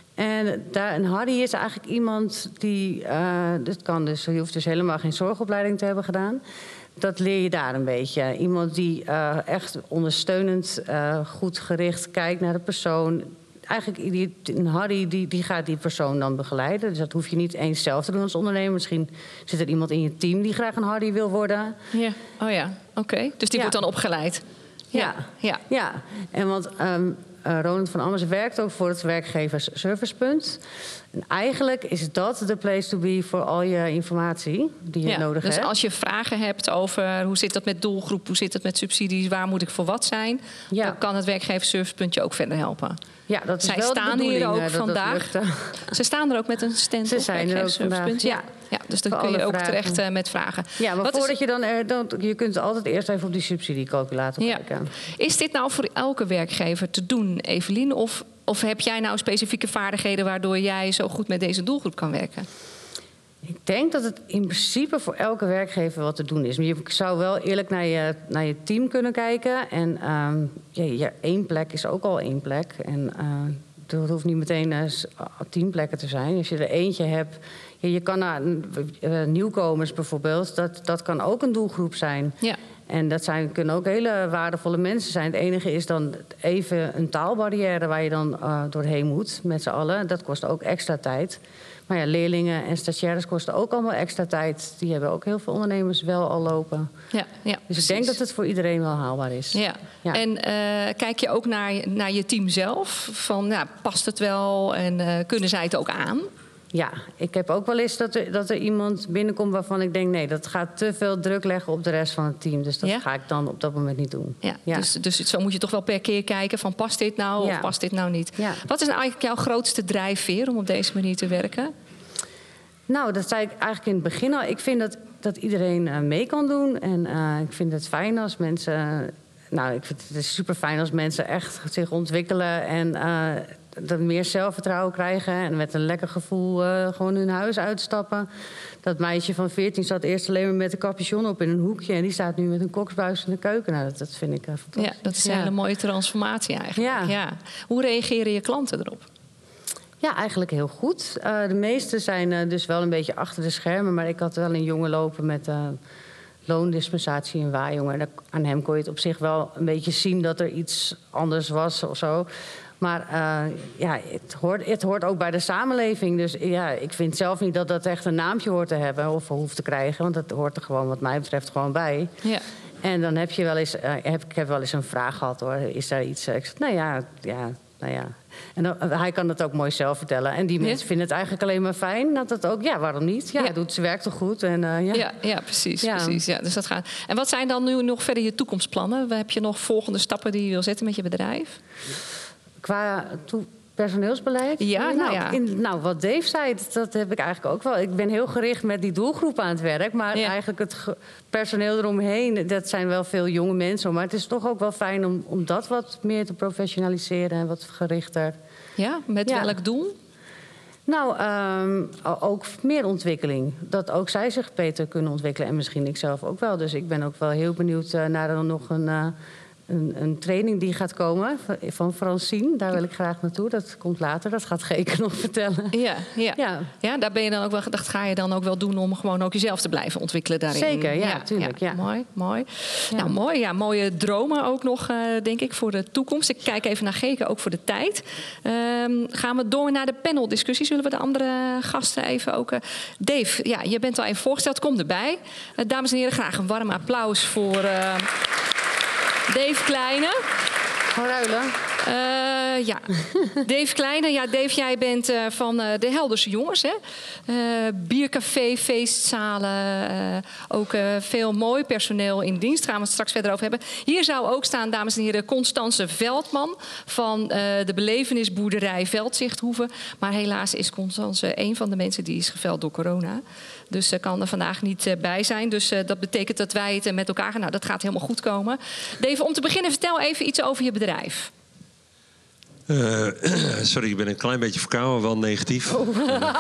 En daar, een Harry is eigenlijk iemand die... Uh, dat kan dus, je hoeft dus helemaal geen zorgopleiding te hebben gedaan. Dat leer je daar een beetje. Iemand die uh, echt ondersteunend, uh, goed gericht kijkt naar de persoon. Eigenlijk, die, een Harry die, die gaat die persoon dan begeleiden. Dus dat hoef je niet eens zelf te doen als ondernemer. Misschien zit er iemand in je team die graag een Harry wil worden. Ja. Oh ja, oké. Okay. Dus die ja. wordt dan opgeleid? Ja, ja. ja. ja. En want... Um, Uh, Ronald van Ammers werkt ook voor het werkgeversservicepunt. En eigenlijk is dat de place to be voor al je informatie die je ja, nodig dus hebt. Dus als je vragen hebt over hoe zit dat met doelgroep, hoe zit het met subsidies, waar moet ik voor wat zijn, ja. dan kan het werkgeversservicepunt je ook verder helpen. Ja, dat is Zij wel staan de hier ook dat vandaag. Dat Ze staan er ook met een stand Ze op zijn er ook vandaag, ja. Ja, dus dan kun je ook vragen. terecht uh, met vragen. Ja, maar Wat voordat is... je dan, er, dan... Je kunt altijd eerst even op die subsidiecalculator ja. kijken. Is dit nou voor elke werkgever te doen, Evelien? Of, of heb jij nou specifieke vaardigheden waardoor jij zo goed met deze doelgroep kan werken? Ik denk dat het in principe voor elke werkgever wat te doen is. Maar je zou wel eerlijk naar je, naar je team kunnen kijken. En um, ja, ja, één plek is ook al één plek. En uh, er hoeft niet meteen uh, tien plekken te zijn. Als je er eentje hebt... Ja, je kan naar uh, nieuwkomers bijvoorbeeld. Dat, dat kan ook een doelgroep zijn. Ja. En dat zijn, kunnen ook hele waardevolle mensen zijn. Het enige is dan even een taalbarrière waar je dan uh, doorheen moet met z'n allen. Dat kost ook extra tijd. Maar ja, leerlingen en stagiaires kosten ook allemaal extra tijd. Die hebben ook heel veel ondernemers wel al lopen. Ja, ja, dus precies. ik denk dat het voor iedereen wel haalbaar is. Ja. Ja. En uh, kijk je ook naar, naar je team zelf? Van, ja, past het wel en uh, kunnen zij het ook aan? Ja, ik heb ook wel eens dat er, dat er iemand binnenkomt waarvan ik denk... nee, dat gaat te veel druk leggen op de rest van het team. Dus dat ja? ga ik dan op dat moment niet doen. Ja, ja. Dus, dus zo moet je toch wel per keer kijken van past dit nou ja. of past dit nou niet. Ja. Wat is nou eigenlijk jouw grootste drijfveer om op deze manier te werken? Nou, dat zei ik eigenlijk in het begin al. Ik vind dat, dat iedereen uh, mee kan doen. En uh, ik vind het fijn als mensen... Uh, nou, ik vind het super fijn als mensen echt zich ontwikkelen... en uh, dat meer zelfvertrouwen krijgen... en met een lekker gevoel uh, gewoon hun huis uitstappen. Dat meisje van veertien zat eerst alleen maar met een capuchon op in een hoekje... en die staat nu met een koksbuis in de keuken. Nou, dat, dat vind ik uh, fantastisch. Ja, dat is een ja. hele mooie transformatie eigenlijk. Ja. Ja. Hoe reageren je klanten erop? Ja, eigenlijk heel goed. Uh, de meeste zijn uh, dus wel een beetje achter de schermen... maar ik had wel een jongen lopen met... Uh, loondispensatie in Waaijong. En aan hem kon je het op zich wel een beetje zien dat er iets anders was of zo. Maar uh, ja, het hoort, het hoort ook bij de samenleving. Dus ja, ik vind zelf niet dat dat echt een naampje hoort te hebben of hoeft te krijgen. Want dat hoort er gewoon, wat mij betreft, gewoon bij. Ja. En dan heb je wel eens, uh, heb, ik heb wel eens een vraag gehad hoor. Is daar iets? Ik zeg, nou ja, ja, nou ja. En dan, hij kan het ook mooi zelf vertellen. En die mensen ja. vinden het eigenlijk alleen maar fijn. Dat het ook, ja, waarom niet? Ja, ja. Doet ze werkt toch goed? En, uh, ja. Ja, ja, precies. Ja. precies ja, dus dat gaat. En wat zijn dan nu nog verder je toekomstplannen? Heb je nog volgende stappen die je wil zetten met je bedrijf? Qua toe- personeelsbeleid? Ja, nou, nou ja. In, nou, wat Dave zei, dat heb ik eigenlijk ook wel. Ik ben heel gericht met die doelgroep aan het werk. Maar ja. eigenlijk het ge- personeel eromheen, dat zijn wel veel jonge mensen. Maar het is toch ook wel fijn om, om dat wat meer te professionaliseren en wat gerichter. Ja, met ja. welk doel? Nou, um, ook meer ontwikkeling. Dat ook zij zich beter kunnen ontwikkelen. En misschien ik zelf ook wel. Dus ik ben ook wel heel benieuwd uh, naar dan nog een... Uh, Een, een training die gaat komen van Francine. Daar wil ik graag naartoe. Dat komt later. Dat gaat Geke nog vertellen. Ja, ja. ja. ja daar ben je dan ook wel, dat ga je dan ook wel doen om gewoon ook jezelf te blijven ontwikkelen daarin. Zeker, ja, ja tuurlijk. Ja. Ja. Mooi, mooi. Ja. Nou, mooi. Ja, mooie dromen ook nog, uh, denk ik, voor de toekomst. Ik kijk even naar Geke, ook voor de tijd. Um, gaan we door naar de paneldiscussie. Zullen we de andere gasten even ook... Uh, Dave, ja, je bent al even voorgesteld. Kom erbij. Uh, dames en heren, graag een warm applaus voor... Uh, Dave Kleine. Gewoon ruilen. Uh, ja, Dave Kleine. Ja, Dave, jij bent uh, van uh, de Helderse Jongens, hè? Uh, biercafé, feestzalen. Uh, ook uh, veel mooi personeel in dienst. Daar gaan we het straks verder over hebben. Hier zou ook staan, dames en heren, Constance Veldman van uh, de belevenisboerderij Veldzichthoeve. Maar helaas is Constance een van de mensen die is geveld door corona. Dus ze kan er vandaag niet uh, bij zijn. Dus uh, dat betekent dat wij het uh, met elkaar gaan. Nou, dat gaat helemaal goed komen. Dave, om te beginnen, vertel even iets over je bedrijf. Uh, sorry, ik ben een klein beetje verkouden, wel negatief. Oh.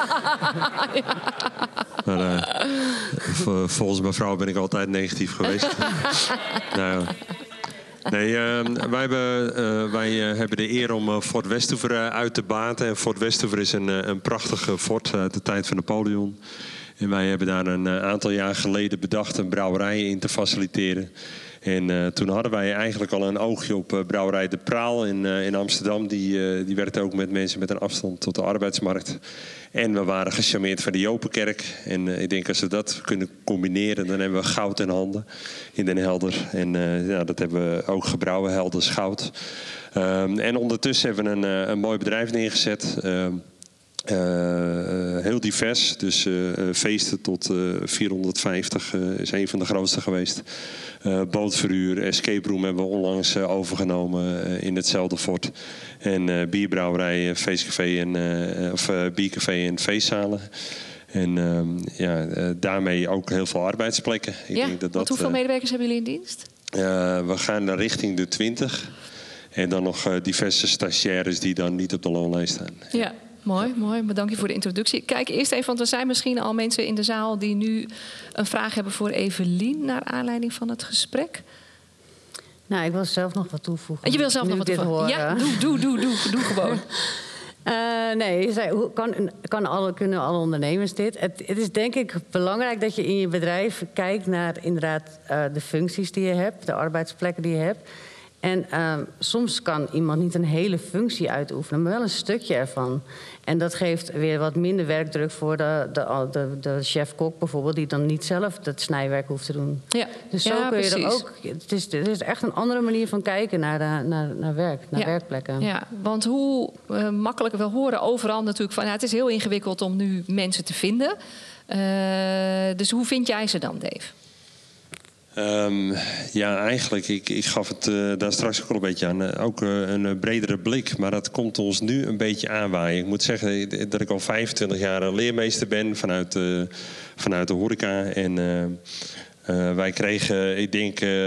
Maar uh, volgens mevrouw ben ik altijd negatief geweest. nou, nee, uh, wij, hebben, uh, wij uh, hebben de eer om uh, Fort Westhoever uh, uit te baten. En Fort Westhoever is een, uh, een prachtige fort uit de tijd van Napoleon. En wij hebben daar een uh, aantal jaar geleden bedacht een brouwerij in te faciliteren. En uh, toen hadden wij eigenlijk al een oogje op uh, brouwerij De Praal in, uh, in Amsterdam. Die, uh, die werkte ook met mensen met een afstand tot de arbeidsmarkt. En we waren gecharmeerd van de Jopenkerk. En uh, ik denk als we dat kunnen combineren, dan hebben we goud in handen in Den Helder. En uh, ja, dat hebben we ook gebrouwen, Helders Goud. Um, en ondertussen hebben we een, uh, een mooi bedrijf neergezet. Um, Uh, heel divers, dus uh, feesten tot uh, vierhonderdvijftig uh, is een van de grootste geweest. Uh, bootverhuur, escape room hebben we onlangs uh, overgenomen uh, in hetzelfde fort. En uh, bierbrouwerij, feestcafé en, uh, of uh, biercafé en feestzalen. En uh, ja, uh, daarmee ook heel veel arbeidsplekken. Ik ja, denk dat want dat, hoeveel uh, medewerkers hebben jullie in dienst? Uh, we gaan naar richting de twintig. En dan nog uh, diverse stagiaires die dan niet op de loonlijst staan. Ja. Mooi, mooi. Bedankt je voor de introductie. Kijk eerst even, want er zijn misschien al mensen in de zaal die nu een vraag hebben voor Evelien naar aanleiding van het gesprek. Nou, ik wil zelf nog wat toevoegen. En je wil zelf nog wat toevoegen? Ja, doe, doe, doe, doe, doe gewoon. Uh, nee, je zei, hoe kan, kan alle, kunnen alle ondernemers dit? Het, het is denk ik belangrijk dat je in je bedrijf kijkt naar inderdaad uh, de functies die je hebt, de arbeidsplekken die je hebt. En uh, soms kan iemand niet een hele functie uitoefenen, maar wel een stukje ervan. En dat geeft weer wat minder werkdruk voor de, de, de, de chef-kok bijvoorbeeld, die dan niet zelf het snijwerk hoeft te doen. Ja. Dus zo ja, kun je precies. er ook. Het is, het is echt een andere manier van kijken naar, de, naar, naar werk, naar ja. werkplekken. Ja, want hoe uh, makkelijk we horen overal natuurlijk van, ja, het is heel ingewikkeld om nu mensen te vinden. Uh, dus hoe vind jij ze dan, Dave? Um, ja, eigenlijk, ik, ik gaf het uh, daar straks ook al een beetje aan. Uh, ook uh, een uh, bredere blik, maar dat komt ons nu een beetje aanwaaien. Ik moet zeggen dat ik al vijfentwintig jaar leermeester ben vanuit, uh, vanuit de horeca. En uh, uh, wij kregen, ik denk uh,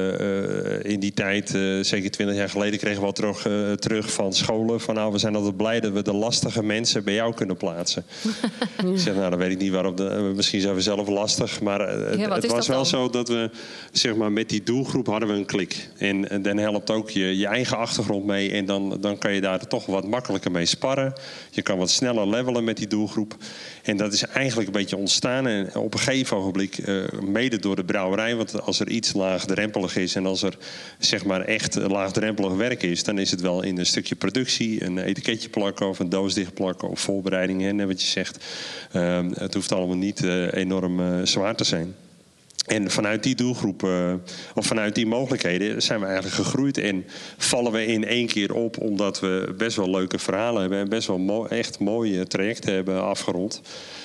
uh, in die tijd, uh, zeker twintig jaar geleden, kregen we al terug, uh, terug van scholen. Van nou, we zijn altijd blij dat we de lastige mensen bij jou kunnen plaatsen. Ik zeg, nou, dan weet ik niet waarom. De, misschien zijn we zelf lastig. Maar uh, ja, het was wel dan? zo dat we, zeg maar, met die doelgroep hadden we een klik. En, en dan helpt ook je, je eigen achtergrond mee. En dan, dan kan je daar toch wat makkelijker mee sparren. Je kan wat sneller levelen met die doelgroep. En dat is eigenlijk een beetje ontstaan. En op een gegeven ogenblik, uh, mede door de brouwerij. Want als er iets laagdrempelig is en als er, zeg maar, echt laagdrempelig werk is, dan is het wel in een stukje productie, een etiketje plakken of een doos dichtplakken of voorbereidingen. En wat je zegt, uh, het hoeft allemaal niet uh, enorm uh, zwaar te zijn. En vanuit die doelgroep, uh, of vanuit die mogelijkheden, zijn we eigenlijk gegroeid. En vallen we in één keer op, omdat we best wel leuke verhalen hebben en best wel mo- echt mooie trajecten hebben afgerond.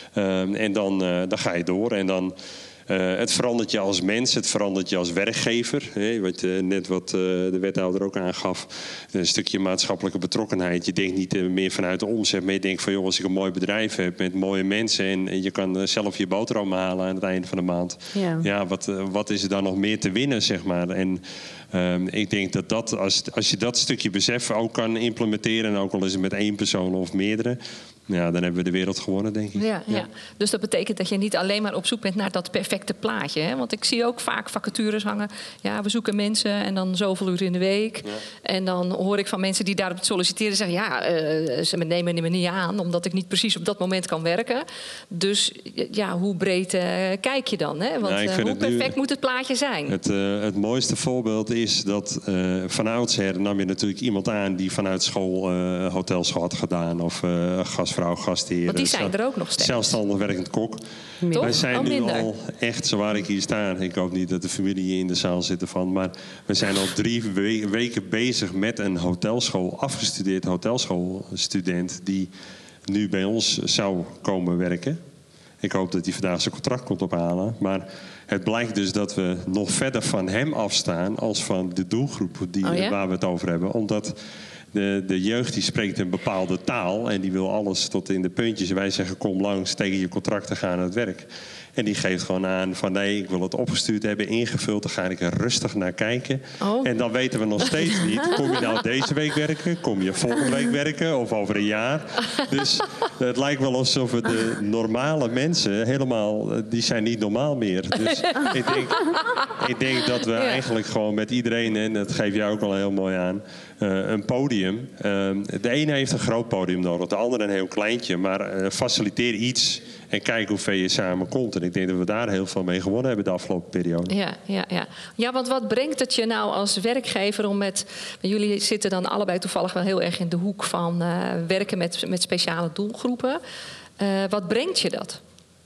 Uh, en dan, uh, dan ga je door. En dan, uh, het verandert je als mens, het verandert je als werkgever. Hè, wat, uh, net wat uh, de wethouder ook aangaf. Een stukje maatschappelijke betrokkenheid. Je denkt niet uh, meer vanuit de omzet, maar je denkt van, joh, als ik een mooi bedrijf heb met mooie mensen en, en je kan uh, zelf je boterham halen aan het einde van de maand. Ja, ja wat, uh, wat is er dan nog meer te winnen, zeg maar. En um, ik denk dat, dat als, als je dat stukje besef ook kan implementeren, en ook al is het met één persoon of meerdere, ja, dan hebben we de wereld gewonnen, denk ik. Ja, ja. Ja. Dus dat betekent dat je niet alleen maar op zoek bent naar dat perfecte plaatje. Hè? Want ik zie ook vaak vacatures hangen. Ja, we zoeken mensen en dan zoveel uur in de week. Ja. En dan hoor ik van mensen die daarop solliciteren zeggen, ja, uh, ze nemen me niet aan, omdat ik niet precies op dat moment kan werken. Dus ja, hoe breed uh, kijk je dan? Hè? Want ja, uh, hoe perfect nu, moet het plaatje zijn? Het, uh, het mooiste voorbeeld is dat uh, van oudsher nam je natuurlijk iemand aan die vanuit school uh, hotelschool had gedaan of uh, gastvrouw. Gastheer, Want die zijn er ook nog steeds. Zelfstandig werkend kok. Toch? Wij zijn al nu minder. al echt, zo waar ik hier sta, ik hoop niet dat de familie hier in de zaal zit ervan, maar we zijn al drie we- weken bezig met een hotelschool, afgestudeerd hotelschoolstudent die nu bij ons zou komen werken. Ik hoop dat hij vandaag zijn contract komt ophalen. Maar het blijkt dus dat we nog verder van hem afstaan als van de doelgroep die, oh ja? waar we het over hebben. Omdat De, de jeugd die spreekt een bepaalde taal en die wil alles tot in de puntjes. En wij zeggen, kom langs, teken je contract en ga aan het werk. En die geeft gewoon aan van nee, ik wil het opgestuurd hebben, ingevuld. Dan ga ik er rustig naar kijken. Oh. En dan weten we nog steeds niet, kom je nou deze week werken? Kom je volgende week werken? Of over een jaar? Dus het lijkt wel alsof we de normale mensen helemaal, die zijn niet normaal meer. Dus ik denk, ik denk dat we ja. eigenlijk gewoon met iedereen, en dat geef jij ook al heel mooi aan, Uh, een podium. Uh, de ene heeft een groot podium nodig, de andere een heel kleintje. Maar uh, faciliteer iets en kijk hoe ver je samen komt. En ik denk dat we daar heel veel mee gewonnen hebben de afgelopen periode. Ja, ja, ja. ja, want wat brengt het je nou als werkgever om met... Jullie zitten dan allebei toevallig wel heel erg in de hoek van uh, werken met, met speciale doelgroepen. Uh, wat brengt je dat?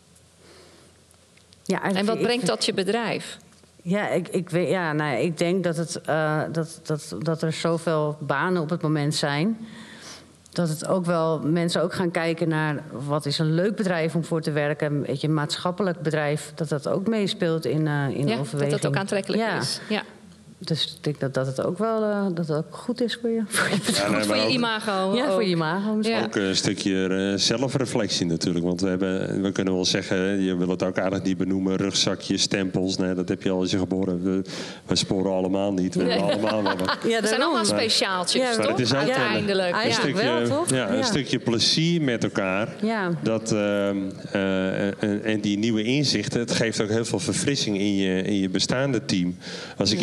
Ja, en wat ik, brengt ik, dat je bedrijf? Ja, ik, ik, weet, ja nou, ik denk dat, het, uh, dat, dat, dat er zoveel banen op het moment zijn. Dat het ook wel mensen ook gaan kijken naar wat is een leuk bedrijf om voor te werken. Een beetje een maatschappelijk bedrijf, dat dat ook meespeelt in, uh, in ja, overweging. Dat dat ook aantrekkelijk ja. is. Ja. Dus ik denk dat, dat het ook wel uh, dat het ook goed is voor je. Voor je, ja, nee, voor je ook, imago. Ja, ook. voor je imago. Ja. Ook een stukje uh, zelfreflectie natuurlijk. Want we, hebben, we kunnen wel zeggen, je wil het ook aardig niet benoemen, rugzakjes, stempels. Nee, dat heb je al als je geboren. We, we sporen allemaal niet. We, nee. allemaal wel wat. Ja, we zijn allemaal speciaaltjes, ja, toch? Het is ook uiteindelijk. Een, een, stukje, wel, toch? Ja, een ja. stukje plezier met elkaar. Ja. Dat, uh, uh, en, en die nieuwe inzichten, het geeft ook heel veel verfrissing in je, in je bestaande team. Als ik ja. iemand heb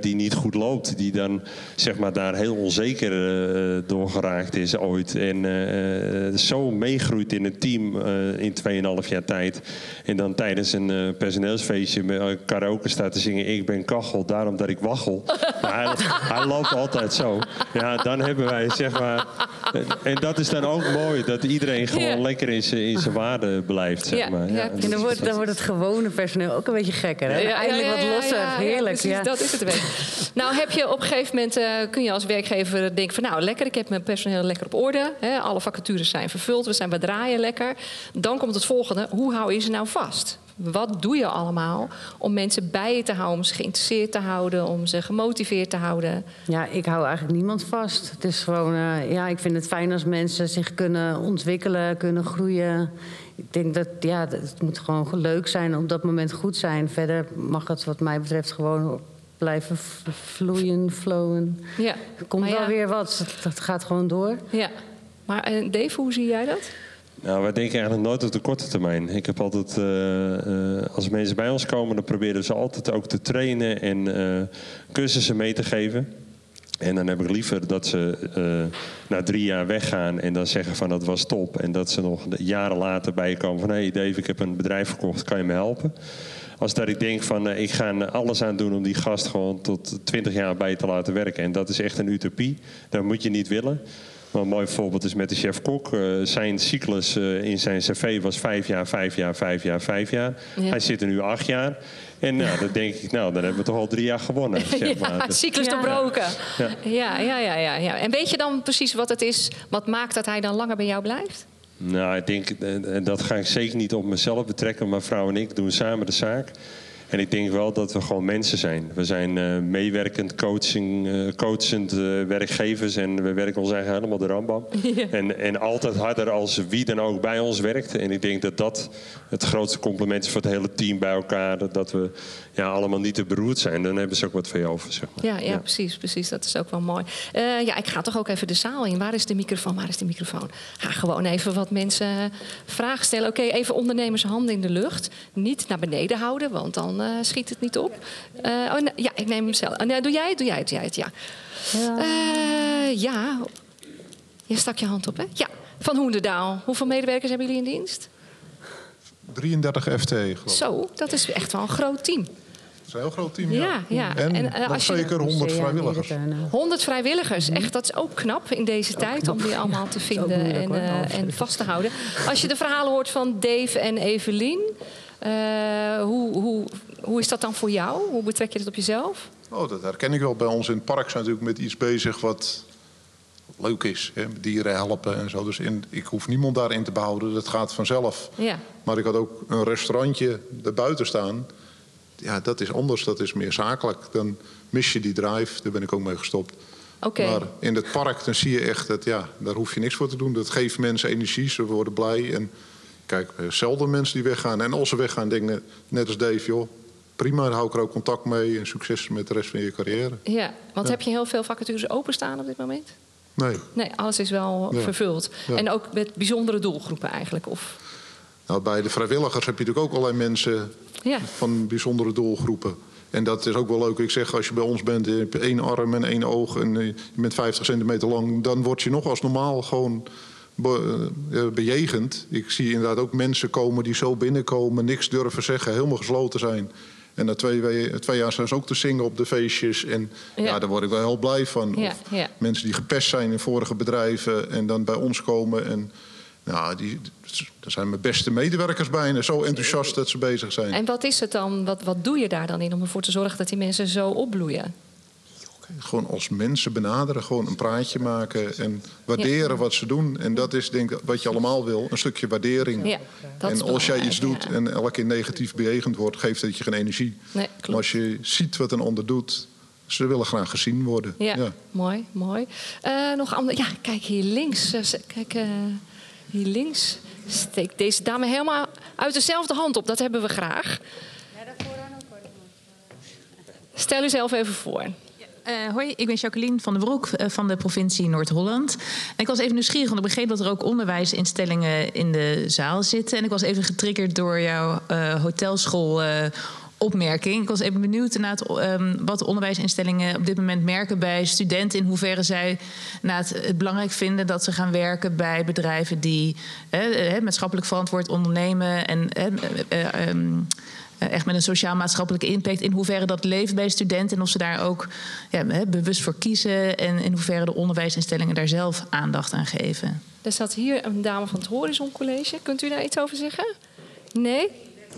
die niet goed loopt. Die dan zeg maar, daar heel onzeker uh, door geraakt is ooit. En uh, zo meegroeit in het team uh, in tweeënhalf jaar tijd. En dan tijdens een uh, personeelsfeestje met uh, karaoke staat te zingen... ik ben kachel, daarom dat ik waggel. Maar hij, hij loopt altijd zo. Ja, dan hebben wij zeg maar... En dat is dan ook mooi, dat iedereen gewoon ja. lekker in zijn, in zijn waarde blijft. Zeg maar. Ja, ja, en dan wordt, dan wordt het gewone personeel ook een beetje gekker. Hè? Ja, Eindelijk ja, ja, wat losser, ja, ja, heerlijk. Ja, precies, dat is het een beetje. Nou heb je op een gegeven moment, uh, kun je als werkgever denken van... nou lekker, ik heb mijn personeel lekker op orde. Hè, alle vacatures zijn vervuld, we zijn we draaien lekker. Dan komt het volgende, hoe hou je ze nou vast? Wat doe je allemaal om mensen bij je te houden, om ze geïnteresseerd te houden, om ze gemotiveerd te houden? Ja, ik hou eigenlijk niemand vast. Het is gewoon, uh, ja, ik vind het fijn als mensen zich kunnen ontwikkelen, kunnen groeien. Ik denk dat, ja, het moet gewoon leuk zijn, op dat moment goed zijn. Verder mag het wat mij betreft gewoon blijven vloeien, flowen. Ja, er komt wel ja. weer wat, dat gaat gewoon door. Ja, maar uh, Dave, hoe zie jij dat? Nou, wij denken eigenlijk nooit op de korte termijn. Ik heb altijd, uh, uh, als mensen bij ons komen, dan proberen we ze altijd ook te trainen en uh, cursussen mee te geven. En dan heb ik liever dat ze uh, na drie jaar weggaan en dan zeggen van dat was top. En dat ze nog jaren later bij je komen van hé hey Dave, ik heb een bedrijf verkocht, kan je me helpen? Als dat ik denk van uh, ik ga alles aan doen om die gast gewoon tot twintig jaar bij je te laten werken. En dat is echt een utopie, dat moet je niet willen. Maar een mooi voorbeeld is met de chef-kok. Uh, zijn cyclus uh, in zijn cv was vijf jaar, vijf jaar, vijf jaar, vijf jaar. Ja. Hij zit er nu acht jaar. En nou, dan denk ik, nou, dan hebben we toch al drie jaar gewonnen. Zeg maar. Ja, cyclus doorbroken. Ja. Ja, ja, ja, ja, ja. En weet je dan precies wat het is, wat maakt dat hij dan langer bij jou blijft? Nou, ik denk, dat ga ik zeker niet op mezelf betrekken. Maar vrouw en ik doen samen de zaak. En ik denk wel dat we gewoon mensen zijn. We zijn uh, meewerkend, coaching, uh, coachend uh, werkgevers. En we werken ons eigenlijk helemaal de rambam. Ja. En, en altijd harder als wie dan ook bij ons werkt. En ik denk dat dat het grootste compliment is voor het hele team bij elkaar. Dat we ja, allemaal niet te beroerd zijn. Dan hebben ze ook wat van je over, zeg maar. Ja, ja, ja. Precies, precies. Dat is ook wel mooi. Uh, ja, ik ga toch ook even de zaal in. Waar is de microfoon? Waar is de microfoon? Ga gewoon even wat mensen vragen stellen. Oké, okay, even ondernemers handen in de lucht. Niet naar beneden houden, want dan uh, schiet het niet op. Uh, oh, nou, ja, ik neem hem zelf. Uh, doe jij het? Doe jij het? Doe jij het? Ja. Ja. Uh, ja. Je stak je hand op, hè? Ja. Van Hoenderdaal. Hoeveel medewerkers hebben jullie in dienst? drieëndertig F T E, geloof ik. Zo, dat is echt wel een groot team. Dat is een heel groot team, ja. ja, ja. En, en uh, als zeker honderd vrijwilligers. honderd vrijwilligers, echt, dat is ook knap in deze ook tijd knap. Om die allemaal te vinden en, uh, en vast te houden. Als je de verhalen hoort van Dave en Evelien, uh, hoe, hoe, hoe is dat dan voor jou? Hoe betrek je dat op jezelf? Oh, dat herken ik wel. Bij ons in het park zijn we natuurlijk met iets bezig wat leuk is. Hè? Dieren helpen en zo. Dus in, ik hoef niemand daarin te behouden. Dat gaat vanzelf. Ja. Maar ik had ook een restaurantje erbuiten staan. Ja, dat is anders. Dat is meer zakelijk. Dan mis je die drive. Daar ben ik ook mee gestopt. Okay. Maar in het park dan zie je echt dat ja, daar hoef je niks voor te doen. Dat geeft mensen energie. Ze worden blij. En kijk, zelden mensen die weggaan. En als ze weggaan, denken net als Dave, joh, prima, dan hou ik er ook contact mee. En succes met de rest van je carrière. Ja, want ja. Heb je heel veel vacatures openstaan op dit moment? Nee. Nee, alles is wel ja. vervuld. Ja. En ook met bijzondere doelgroepen eigenlijk? Of? Nou, bij de vrijwilligers heb je natuurlijk ook allerlei mensen ja. van bijzondere doelgroepen. En dat is ook wel leuk. Ik zeg, als je bij ons bent, je hebt één arm en één oog en je bent vijftig centimeter lang, dan word je nog als normaal gewoon be, uh, bejegend. Ik zie inderdaad ook mensen komen die zo binnenkomen, niks durven zeggen, helemaal gesloten zijn. En na twee, twee jaar zijn ze ook te zingen op de feestjes. En ja, ja daar word ik wel heel blij van. Ja, of ja. mensen die gepest zijn in vorige bedrijven en dan bij ons komen. En nou, die, daar zijn mijn beste medewerkers bijna. Zo enthousiast dat ze bezig zijn. En wat is het dan? Wat, wat doe je daar dan in om ervoor te zorgen dat die mensen zo opbloeien? Gewoon als mensen benaderen, gewoon een praatje maken en waarderen ja. wat ze doen. En dat is denk ik wat je allemaal wil, een stukje waardering. Ja, dat en als jij iets doet ja. en elke keer negatief bejegend wordt, geeft dat je geen energie. Nee, maar als je ziet wat een ander doet, ze willen graag gezien worden. Ja, ja. mooi, mooi. Uh, nog ander, ja, kijk hier links. Kijk, uh, hier links steekt deze dame helemaal uit dezelfde hand op. Dat hebben we graag. Ja, daarvoor dan ook. Stel u zelf even voor. Uh, hoi, ik ben Jacqueline van den Broek uh, van de provincie Noord-Holland. En ik was even nieuwsgierig, want ik begreep dat er ook onderwijsinstellingen in de zaal zitten. En ik was even getriggerd door jouw uh, hotelschool uh, opmerking. Ik was even benieuwd naar het, um, wat de onderwijsinstellingen op dit moment merken bij studenten. In hoeverre zij nou, het, het belangrijk vinden dat ze gaan werken bij bedrijven die eh, maatschappelijk verantwoord ondernemen en eh, eh, um, echt met een sociaal-maatschappelijke impact. In hoeverre dat leeft bij studenten en of ze daar ook ja, bewust voor kiezen. En in hoeverre de onderwijsinstellingen daar zelf aandacht aan geven. Er staat hier een dame van het Horizon College. Kunt u daar iets over zeggen? Nee?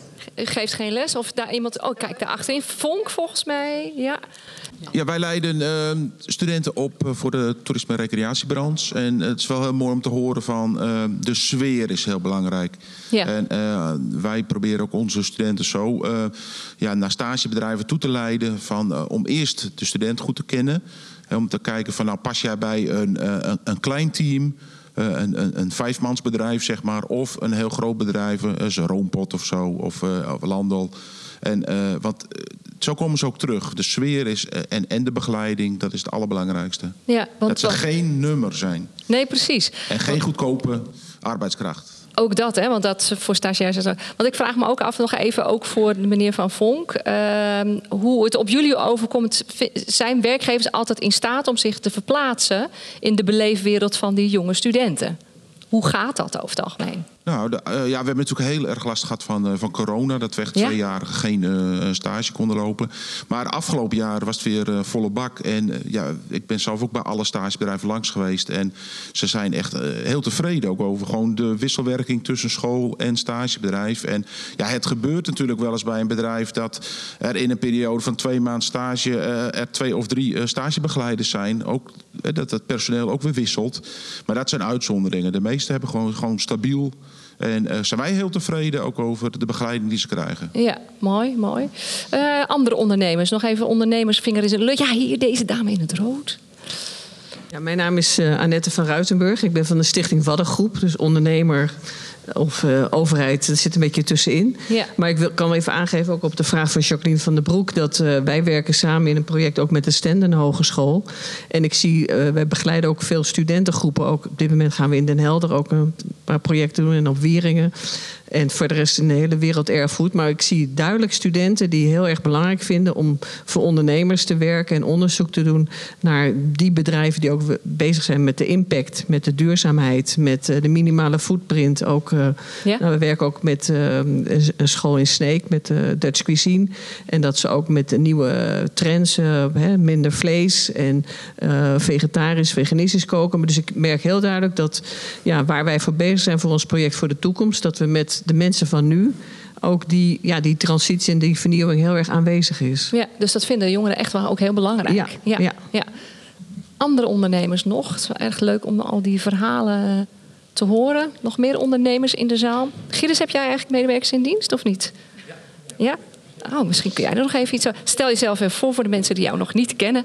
U geeft geen les? Of daar iemand... Oh, kijk, daar achterin. Vonk, volgens mij. Ja. Ja, wij leiden uh, studenten op uh, voor de toerisme- en recreatiebranche. En uh, het is wel heel mooi om te horen van... Uh, de sfeer is heel belangrijk. Ja. En uh, wij proberen ook onze studenten zo... Uh, ja, naar stagebedrijven toe te leiden... Van, uh, om eerst de student goed te kennen. En om te kijken van, nou, pas jij bij een, uh, een, een klein team... Uh, een, een, een vijfmansbedrijf, zeg maar, of een heel groot bedrijf, uh, zo'n Roompot of zo, of, uh, of Landel. En, uh, want uh, zo komen ze ook terug. De sfeer is, uh, en, en de begeleiding, dat is het allerbelangrijkste. Ja, want dat ze wat... geen nummer zijn. Nee, precies. En geen goedkope arbeidskracht. Ook dat, hè, want dat voor stagiairs. Want ik vraag me ook af nog even, ook voor de meneer Van Vonk, uh, hoe het op jullie overkomt. Zijn werkgevers altijd in staat om zich te verplaatsen in de beleefwereld van die jonge studenten? Hoe gaat dat over het algemeen? Nou, de, uh, ja, we hebben natuurlijk heel erg last gehad van, uh, van corona. Dat we echt Ja? twee jaar geen uh, stage konden lopen. Maar afgelopen jaar was het weer uh, volle bak. En uh, ja, ik ben zelf ook bij alle stagebedrijven langs geweest. En ze zijn echt uh, heel tevreden ook over gewoon de wisselwerking tussen school en stagebedrijf. En ja, het gebeurt natuurlijk wel eens bij een bedrijf dat er in een periode van twee maanden stage uh, er twee of drie uh, stagebegeleiders zijn. Ook, uh, dat het personeel ook weer wisselt. Maar dat zijn uitzonderingen. De meeste hebben gewoon, gewoon stabiel. En uh, zijn wij heel tevreden ook over de begeleiding die ze krijgen. Ja, mooi, mooi. Uh, andere ondernemers, nog even ondernemersvinger in de lucht. Ja, hier deze dame in het rood. Ja, mijn naam is uh, Annette van Ruitenburg. Ik ben van de Stichting Waddengroep, dus ondernemer of uh, overheid. Dat zit een beetje tussenin. Ja. Maar ik wil, kan even aangeven, ook op de vraag van Jacqueline van der Broek, dat uh, wij werken samen in een project ook met de Stenden Hogeschool. En ik zie, uh, wij begeleiden ook veel studentengroepen. Ook op dit moment gaan we in Den Helder ook een paar projecten doen en op Wieringen. En voor de rest in de hele wereld erfgoed. Maar ik zie duidelijk studenten die heel erg belangrijk vinden om voor ondernemers te werken en onderzoek te doen naar die bedrijven die ook bezig zijn met de impact, met de duurzaamheid, met de minimale footprint. Ook, uh, ja? nou, we werken ook met uh, een school in Sneek, met uh, Dutch Cuisine. En dat ze ook met de nieuwe trends, uh, hè, minder vlees en uh, vegetarisch, veganistisch koken. Maar dus ik merk heel duidelijk dat ja, waar wij voor bezig zijn voor ons project voor de toekomst, dat we met de mensen van nu ook die, ja, die transitie en die vernieuwing heel erg aanwezig is. Ja, dus dat vinden jongeren echt wel ook heel belangrijk. Ja, ja, ja. ja. Andere ondernemers nog. Het is wel erg leuk om al die verhalen te horen. Nog meer ondernemers in de zaal. Gilles, heb jij eigenlijk medewerkers in dienst of niet? Ja. Ja? Oh, misschien kun jij er nog even iets over. Stel jezelf even voor voor de mensen die jou nog niet kennen.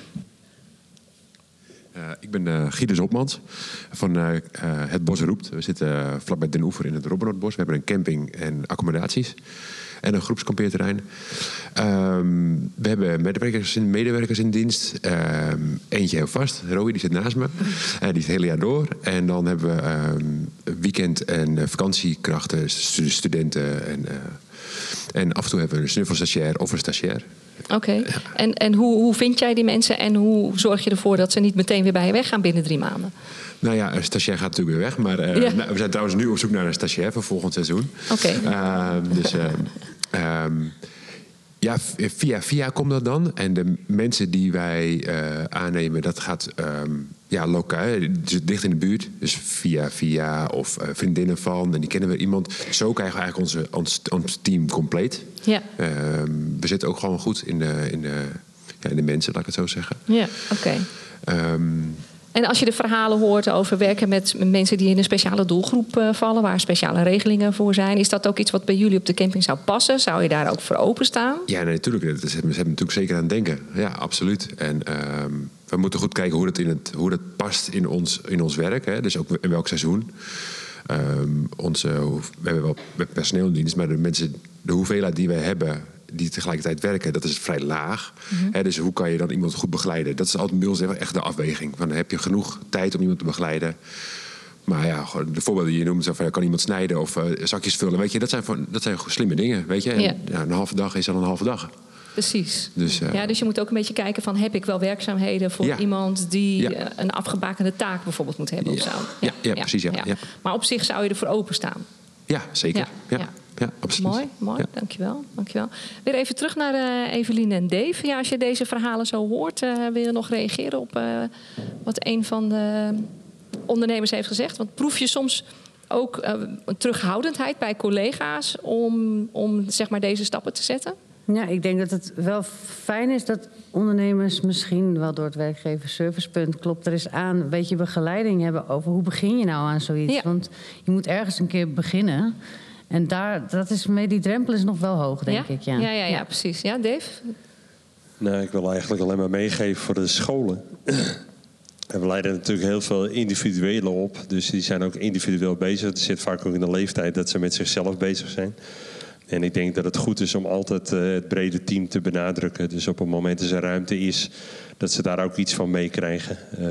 Uh, ik ben uh, Gilles Opmans van uh, uh, Het Bos Roept. We zitten uh, vlakbij Den Oever in het Robbenhoutbos. We hebben een camping en accommodaties. En een groepskampeerterrein. Um, we hebben medewerkers in, medewerkers in dienst. Um, eentje heel vast, Roy, die zit naast me. Uh, die is het hele jaar door. En dan hebben we um, weekend- en uh, vakantiekrachten, studenten. En, uh, en af en toe hebben we een snuffelstagiair of een stagiair. Oké. Okay. En, en hoe, hoe vind jij die mensen en hoe zorg je ervoor dat ze niet meteen weer bij je weggaan binnen drie maanden? Nou ja, een stagiair gaat natuurlijk weer weg. Maar uh, ja. nou, we zijn trouwens nu op zoek naar een stagiair voor volgend seizoen. Oké. Okay. Uh, dus uh, um, ja, via via komt dat dan. En de mensen die wij uh, aannemen, dat gaat um, ja, lokaal, dus dicht in de buurt. Dus via via of uh, vriendinnen van. En die kennen we iemand. Zo krijgen we eigenlijk onze, ons, ons team compleet. Ja. Uh, we zitten ook gewoon goed in de, in de, ja, in de mensen, laat ik het zo zeggen. Ja, oké. Okay. Um, En als je de verhalen hoort over werken met mensen die in een speciale doelgroep uh, vallen, waar speciale regelingen voor zijn, is dat ook iets wat bij jullie op de camping zou passen? Zou je daar ook voor openstaan? Ja, nee, natuurlijk. Ze hebben natuurlijk zeker aan het denken. Ja, absoluut. En um, we moeten goed kijken hoe dat, in het, hoe dat past in ons, in ons werk. Hè. Dus ook in welk seizoen. Um, onze, we hebben wel personeel in dienst, maar de mensen, de hoeveelheid die wij hebben, die tegelijkertijd werken, dat is vrij laag. Mm-hmm. He, dus hoe kan je dan iemand goed begeleiden? Dat is altijd bij ons echt de afweging. Van, heb je genoeg tijd om iemand te begeleiden? Maar ja, de voorbeelden die je noemt, van, kan iemand snijden of uh, zakjes vullen, weet je, dat zijn, van, dat zijn slimme dingen, weet je. En, ja. Ja, een halve dag is al een halve dag. Precies. Dus, uh, ja, dus je moet ook een beetje kijken van, heb ik wel werkzaamheden voor ja. iemand die Ja. een afgebakende taak bijvoorbeeld moet hebben ja. of zo. Ja, ja, ja precies. Ja. Ja. Ja. Maar op zich zou je ervoor openstaan. Ja, zeker. Ja. Ja. Ja. Ja, absoluut. Mooi, mooi. Ja. Dankjewel, dankjewel. Weer even terug naar uh, Evelien en Dave. Ja, als je deze verhalen zo hoort, uh, wil je nog reageren op uh, wat een van de ondernemers heeft gezegd? Want proef je soms ook uh, een terughoudendheid bij collega's om, om zeg maar deze stappen te zetten? Ja, ik denk dat het wel fijn is dat ondernemers misschien wel door het werkgeversservicepunt, klopt er eens aan, een beetje begeleiding hebben over hoe begin je nou aan zoiets. Ja. Want je moet ergens een keer beginnen. En daar, dat is, die drempel is nog wel hoog, denk ja? ik. Ja. Ja, ja, ja, precies. Ja, Dave? Nou, ik wil eigenlijk alleen maar meegeven voor de scholen. En we leiden natuurlijk heel veel individuelen op. Dus die zijn ook individueel bezig. Het zit vaak ook in de leeftijd dat ze met zichzelf bezig zijn. En ik denk dat het goed is om altijd uh, het brede team te benadrukken. Dus op het moment dat er ruimte is, dat ze daar ook iets van meekrijgen. Uh,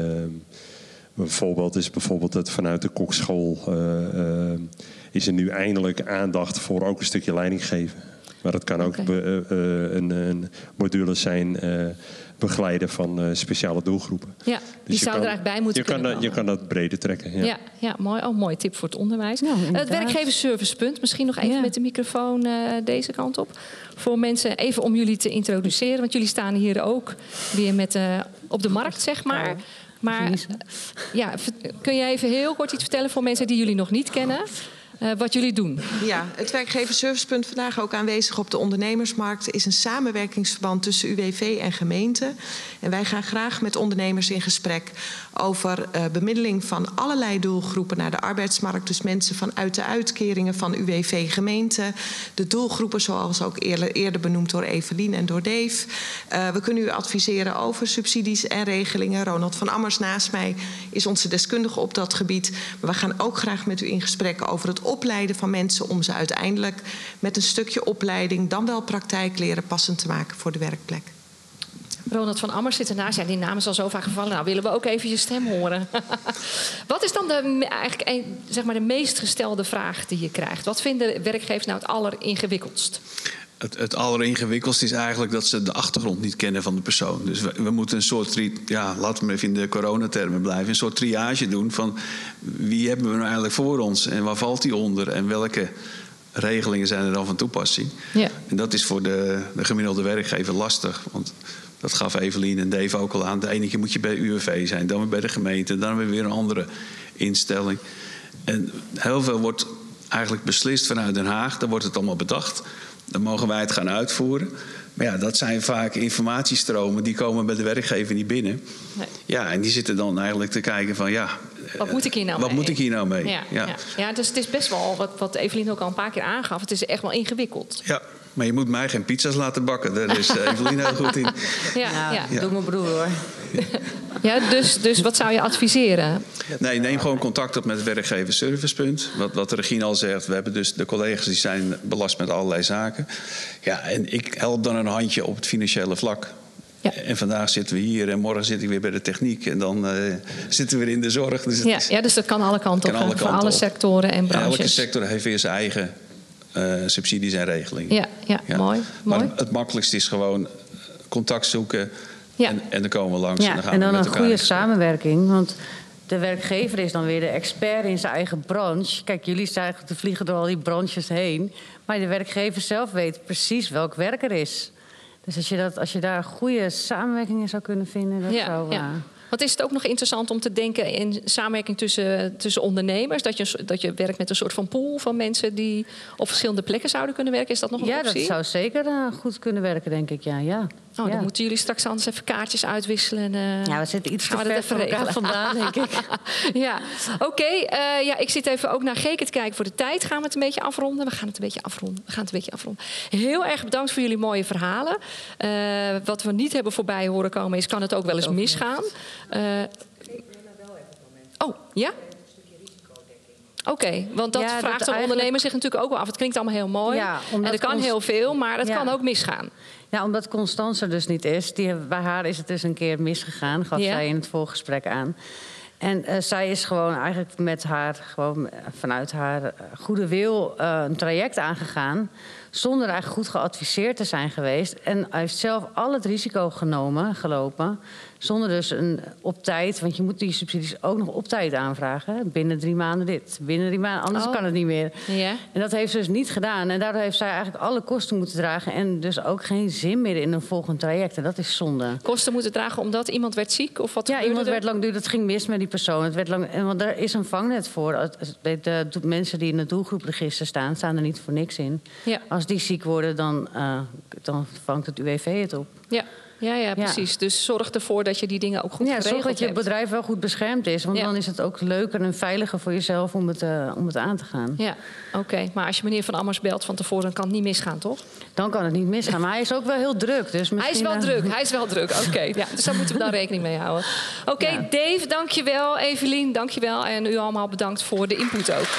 een voorbeeld is bijvoorbeeld dat vanuit de kokschool uh, uh, is er nu eindelijk aandacht voor ook een stukje leiding geven. Maar dat kan ook okay. be, uh, een, een module zijn, uh, begeleiden van uh, speciale doelgroepen. Ja, die dus zou kan, er eigenlijk bij moeten je kan, kunnen Je kan dat breder trekken. Ja, ja, ja mooi. Oh, mooi tip voor het onderwijs. Nou, uh, het werkgeversservicepunt, misschien nog even ja. met de microfoon uh, deze kant op. Voor mensen, even om jullie te introduceren. Want jullie staan hier ook weer met, uh, op de markt, zeg maar. Maar ja, kun je even heel kort iets vertellen voor mensen die jullie nog niet kennen? Uh, wat jullie doen. Ja, het werkgeversservicepunt, vandaag ook aanwezig op de ondernemersmarkt, is een samenwerkingsverband tussen U W V en gemeenten. En wij gaan graag met ondernemers in gesprek over uh, bemiddeling van allerlei doelgroepen naar de arbeidsmarkt. Dus mensen vanuit de uitkeringen van U W V gemeenten. De doelgroepen zoals ook eerder, eerder benoemd door Evelien en door Dave. Uh, we kunnen u adviseren over subsidies en regelingen. Ronald van Ammers naast mij is onze deskundige op dat gebied. Maar we gaan ook graag met u in gesprek over het opleiden van mensen om ze uiteindelijk met een stukje opleiding, dan wel praktijkleren, passend te maken voor de werkplek. Ronald van Ammers zit ernaast. Ja, die naam is al zo vaak gevallen. Nou, willen we ook even je stem horen. Wat is dan de, eigenlijk een, zeg maar de meest gestelde vraag die je krijgt? Wat vinden werkgevers nou het alleringewikkeldst? Het, het alleringewikkeldst is eigenlijk dat ze de achtergrond niet kennen van de persoon. Dus we, we moeten een soort, ja, laten we even in de coronatermen blijven, een soort triage doen van wie hebben we nou eigenlijk voor ons en waar valt die onder en welke regelingen zijn er dan van toepassing. Ja. En dat is voor de, de gemiddelde werkgever lastig, want dat gaf Evelien en Dave ook al aan. De ene keer moet je bij U W V zijn, dan weer bij de gemeente, dan weer een andere instelling. En heel veel wordt eigenlijk beslist vanuit Den Haag, dan wordt het allemaal bedacht. Dan mogen wij het gaan uitvoeren. Maar ja, dat zijn vaak informatiestromen die komen bij de werkgever niet binnen. Nee. Ja, en die zitten dan eigenlijk te kijken van ja, wat moet ik hier nou wat mee? moet ik hier nou mee? Ja, ja. ja. ja dus het is best wel, wat, wat Evelien ook al een paar keer aangaf, het is echt wel ingewikkeld. Ja, maar je moet mij geen pizza's laten bakken. Daar is Evelien heel goed in. Ja, nou, ja. ja. Doe mijn broer hoor. Ja, dus, dus wat zou je adviseren? Nee, neem gewoon contact op met het werkgeversservicepunt. Wat, wat Regine al zegt, we hebben dus de collega's die zijn belast met allerlei zaken. Ja, en ik help dan een handje op het financiële vlak. Ja. En vandaag zitten we hier en morgen zit ik weer bij de techniek. En dan uh, zitten we weer in de zorg. Dus ja, is, ja, dus dat kan alle kanten op. Alle kanten voor alle op. sectoren en branches. En elke sector heeft weer zijn eigen uh, subsidies en regelingen. Ja, ja, ja. mooi. Maar mooi. het makkelijkste is gewoon contact zoeken. Ja. En, en dan komen we langs. Ja, en dan, gaan en dan we met een elkaar goede samenwerking. Want de werkgever is dan weer de expert in zijn eigen branche. Kijk, jullie zijn te vliegen door al die branches heen. Maar de werkgever zelf weet precies welk werk er is. Dus als je, dat, als je daar een goede samenwerking in zou kunnen vinden, dat ja, zou... Ja. Uh... Want is het ook nog interessant om te denken in samenwerking tussen, tussen ondernemers? Dat je, dat je werkt met een soort van pool van mensen die op verschillende plekken zouden kunnen werken? Is dat nog een ja, optie? Ja, dat zou zeker uh, goed kunnen werken, denk ik. Ja, ja. Oh, dan ja. moeten jullie straks anders even kaartjes uitwisselen. Uh, ja, we zitten iets te ver van elkaar vandaan, denk ik. Ja, oké. Okay, uh, ja, ik zit even ook naar Geke te kijken voor de tijd. Gaan we het een beetje afronden? We gaan het een beetje afronden. We gaan het een beetje afronden. Heel erg bedankt voor jullie mooie verhalen. Uh, wat we niet hebben voorbij horen komen is, kan het ook wel eens misgaan. Uh, oh, ja? Oké, okay, want dat ja, vraagt dat een eigenlijk... ondernemer zich natuurlijk ook wel af. Het klinkt allemaal heel mooi. Ja, en er kan const... heel veel, maar het ja. kan ook misgaan. Ja, omdat Constance er dus niet is. Die, bij haar is het dus een keer misgegaan, gaf ja. zij in het voorgesprek aan. En uh, zij is gewoon eigenlijk met haar, gewoon vanuit haar uh, goede wil uh, een traject aangegaan. Zonder eigenlijk goed geadviseerd te zijn geweest. En hij heeft zelf al het risico genomen, gelopen. Zonder dus een, op tijd, want je moet die subsidies ook nog op tijd aanvragen. Binnen drie maanden dit, binnen drie maanden, anders oh. kan het niet meer. Ja. En dat heeft ze dus niet gedaan. En daardoor heeft zij eigenlijk alle kosten moeten dragen. En dus ook geen zin meer in een volgend traject. En dat is zonde. Kosten moeten dragen omdat iemand werd ziek? Of wat ja, iemand er? werd lang duur. Dat ging mis met die persoon. Het werd lang, en, want er is een vangnet voor. De, de, de mensen die in het doelgroepregister staan, staan er niet voor niks in. Ja. Als die ziek worden, dan, uh, dan vangt het U W V het op. Ja. Ja, ja, precies. Ja. Dus zorg ervoor dat je die dingen ook goed ja, geregeld hebt. Zorg dat je bedrijf wel goed beschermd is. Want ja. dan is het ook leuker en veiliger voor jezelf om het, uh, om het aan te gaan. Ja, oké. Okay. Maar als je meneer Van Ammers belt van tevoren, dan kan het niet misgaan, toch? Dan kan het niet misgaan. Maar hij is ook wel heel druk. Dus hij is wel uh... druk, hij is wel druk. Oké, okay. ja, dus daar moeten we dan rekening mee houden. Oké, okay, ja. Dave, dankjewel. Evelien, dankjewel. En u allemaal bedankt voor de input ook.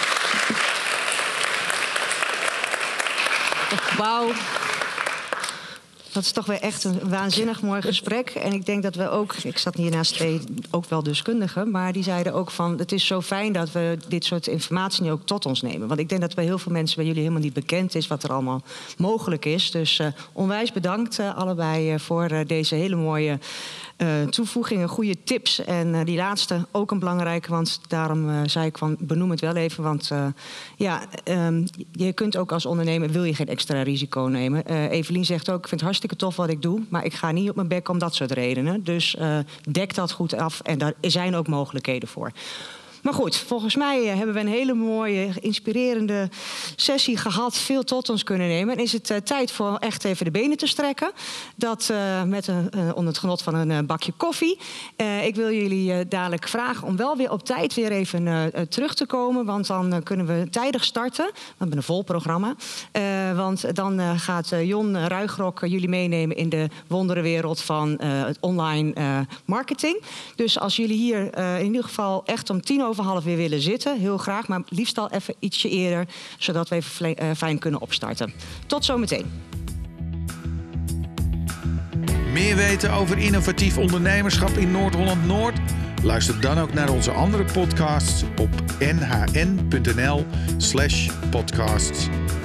Wauw. Dat is toch weer echt een waanzinnig mooi gesprek. En ik denk dat we ook... Ik zat hier naast twee ook wel deskundigen. Maar die zeiden ook van... Het is zo fijn dat we dit soort informatie nu ook tot ons nemen. Want ik denk dat bij heel veel mensen bij jullie helemaal niet bekend is... wat er allemaal mogelijk is. Dus uh, onwijs bedankt uh, allebei uh, voor uh, deze hele mooie... Uh, toevoegingen, goede tips. En uh, die laatste ook een belangrijke, want daarom uh, zei ik van benoem het wel even. Want uh, ja, um, je kunt ook als ondernemer, wil je geen extra risico nemen. Uh, Evelien zegt ook, ik vind het hartstikke tof wat ik doe, maar ik ga niet op mijn bek om dat soort redenen. Dus uh, dek dat goed af en daar zijn ook mogelijkheden voor. Maar goed, volgens mij hebben we een hele mooie, inspirerende sessie gehad. Veel tot ons kunnen nemen. En is het uh, tijd voor echt even de benen te strekken. Dat uh, met een, uh, onder het genot van een uh, bakje koffie. Uh, ik wil jullie uh, dadelijk vragen om wel weer op tijd weer even uh, uh, terug te komen. Want dan uh, kunnen we tijdig starten. We hebben een vol programma. Uh, want dan uh, gaat uh, Jon Ruigrok uh, jullie meenemen in de wonderenwereld van uh, het online uh, marketing. Dus als jullie hier uh, in ieder geval echt om tien over over half weer willen zitten. Heel graag, maar liefst al even ietsje eerder. Zodat we even uh, fijn kunnen opstarten. Tot zometeen. Meer weten over innovatief ondernemerschap in Noord-Holland-Noord? Luister dan ook naar onze andere podcasts op n h n punt n l slash podcasts.